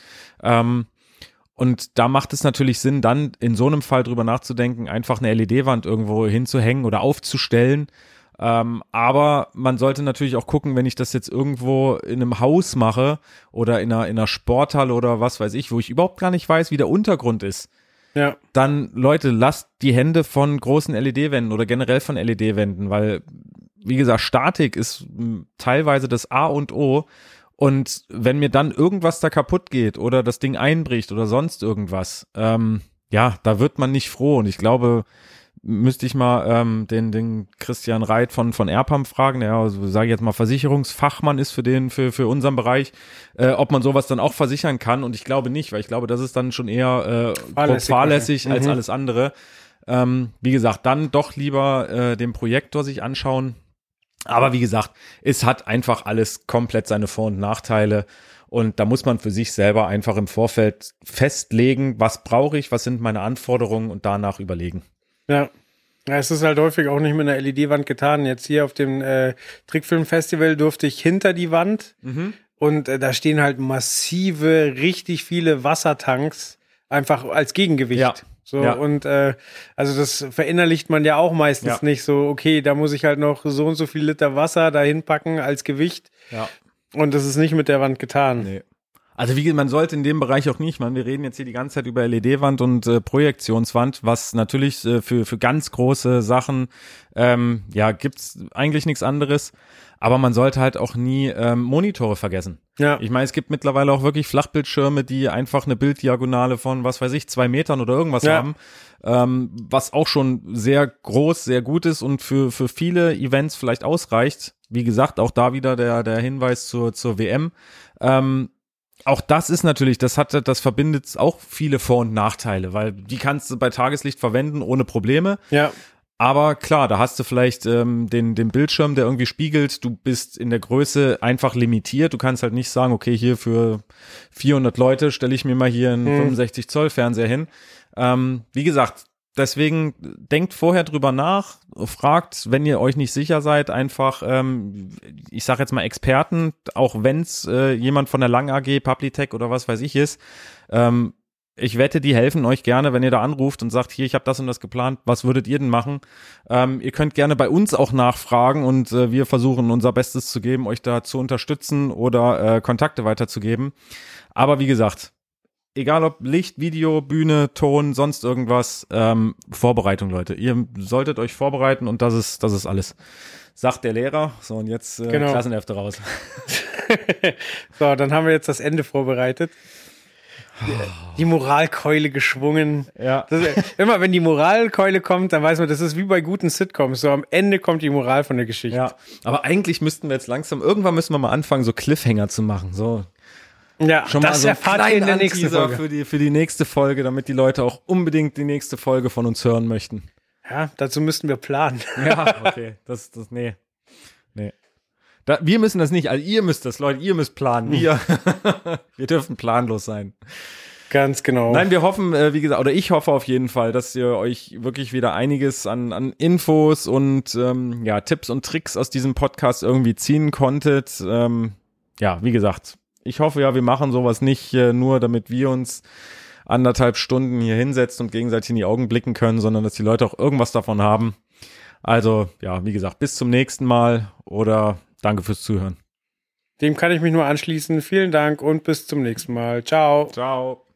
Und da macht es natürlich Sinn, dann in so einem Fall drüber nachzudenken, einfach eine LED-Wand irgendwo hinzuhängen oder aufzustellen. Aber man sollte natürlich auch gucken, wenn ich das jetzt irgendwo in einem Haus mache oder in einer Sporthalle oder was weiß ich, wo ich überhaupt gar nicht weiß, wie der Untergrund ist. Ja. Dann, Leute, lasst die Hände von großen LED-Wänden oder generell von LED-Wänden, weil, wie gesagt, Statik ist teilweise das A und O. Und wenn mir dann irgendwas da kaputt geht oder das Ding einbricht oder sonst irgendwas, da wird man nicht froh. Und ich glaube, müsste ich mal den Christian Reit von Airpump fragen, der, also, sage ich jetzt mal, Versicherungsfachmann ist für unseren Bereich, ob man sowas dann auch versichern kann. Und ich glaube nicht, weil ich glaube, das ist dann schon eher fahrlässig als alles andere. Wie gesagt, dann doch lieber den Projektor sich anschauen. Aber wie gesagt, es hat einfach alles komplett seine Vor- und Nachteile. Und da muss man für sich selber einfach im Vorfeld festlegen, was brauche ich, was sind meine Anforderungen und danach überlegen. Ja, es ist halt häufig auch nicht mit einer LED-Wand getan. Jetzt hier auf dem Trickfilm-Festival durfte ich hinter die Wand und da stehen halt massive, richtig viele Wassertanks einfach als Gegengewicht. Ja. So, ja. Und also das verinnerlicht man ja auch meistens nicht so, okay, da muss ich halt noch so und so viel Liter Wasser dahin packen als Gewicht. Ja. Und das ist nicht mit der Wand getan. Nee. Also wie gesagt, man sollte in dem Bereich auch nicht, wir reden jetzt hier die ganze Zeit über LED-Wand und Projektionswand, was natürlich für ganz große Sachen, gibt's eigentlich nichts anderes. Aber man sollte halt auch nie Monitore vergessen. Ja. Ich meine, es gibt mittlerweile auch wirklich Flachbildschirme, die einfach eine Bilddiagonale von, 2 Metern oder irgendwas haben, was auch schon sehr groß, sehr gut ist und für viele Events vielleicht ausreicht. Wie gesagt, auch da wieder der Hinweis zur WM. Auch das ist natürlich, das verbindet auch viele Vor- und Nachteile, weil die kannst du bei Tageslicht verwenden ohne Probleme. Ja. Aber klar, da hast du vielleicht den Bildschirm, der irgendwie spiegelt. Du bist in der Größe einfach limitiert. Du kannst halt nicht sagen, okay, hier für 400 Leute stelle ich mir mal hier einen 65 Zoll Fernseher hin. Wie gesagt, deswegen denkt vorher drüber nach, fragt, wenn ihr euch nicht sicher seid, einfach, ich sage jetzt mal Experten, auch wenn es jemand von der Lang AG, Publitech oder was weiß ich ist, ich wette, die helfen euch gerne, wenn ihr da anruft und sagt, hier, ich habe das und das geplant, was würdet ihr denn machen? Ihr könnt gerne bei uns auch nachfragen und wir versuchen unser Bestes zu geben, euch da zu unterstützen oder Kontakte weiterzugeben. Aber wie gesagt, egal ob Licht, Video, Bühne, Ton, sonst irgendwas, Vorbereitung, Leute. Ihr solltet euch vorbereiten und das ist alles. Sagt der Lehrer. So, und jetzt Klassenhefte raus. So, dann haben wir jetzt das Ende vorbereitet. Die Moralkeule geschwungen. Ja. Immer wenn die Moralkeule kommt, dann weiß man, das ist wie bei guten Sitcoms. So am Ende kommt die Moral von der Geschichte. Ja. Aber eigentlich müssten wir jetzt irgendwann müssen wir mal anfangen, so Cliffhanger zu machen. So. Ja, schon das mal so erfahrt ihr in der nächsten Folge. Für die nächste Folge, damit die Leute auch unbedingt die nächste Folge von uns hören möchten. Ja, dazu müssten wir planen. Ja, okay. Nee. Wir müssen das nicht, also ihr müsst das, Leute, ihr müsst planen. Wir dürfen planlos sein. Ganz genau. Nein, wir hoffen, wie gesagt, oder ich hoffe auf jeden Fall, dass ihr euch wirklich wieder einiges an Infos und Tipps und Tricks aus diesem Podcast irgendwie ziehen konntet. ja, wie gesagt, ich hoffe ja, wir machen sowas nicht nur, damit wir uns 1,5 Stunden hier hinsetzen und gegenseitig in die Augen blicken können, sondern dass die Leute auch irgendwas davon haben. Also, ja, wie gesagt, bis zum nächsten Mal oder danke fürs Zuhören. Dem kann ich mich nur anschließen. Vielen Dank und bis zum nächsten Mal. Ciao. Ciao.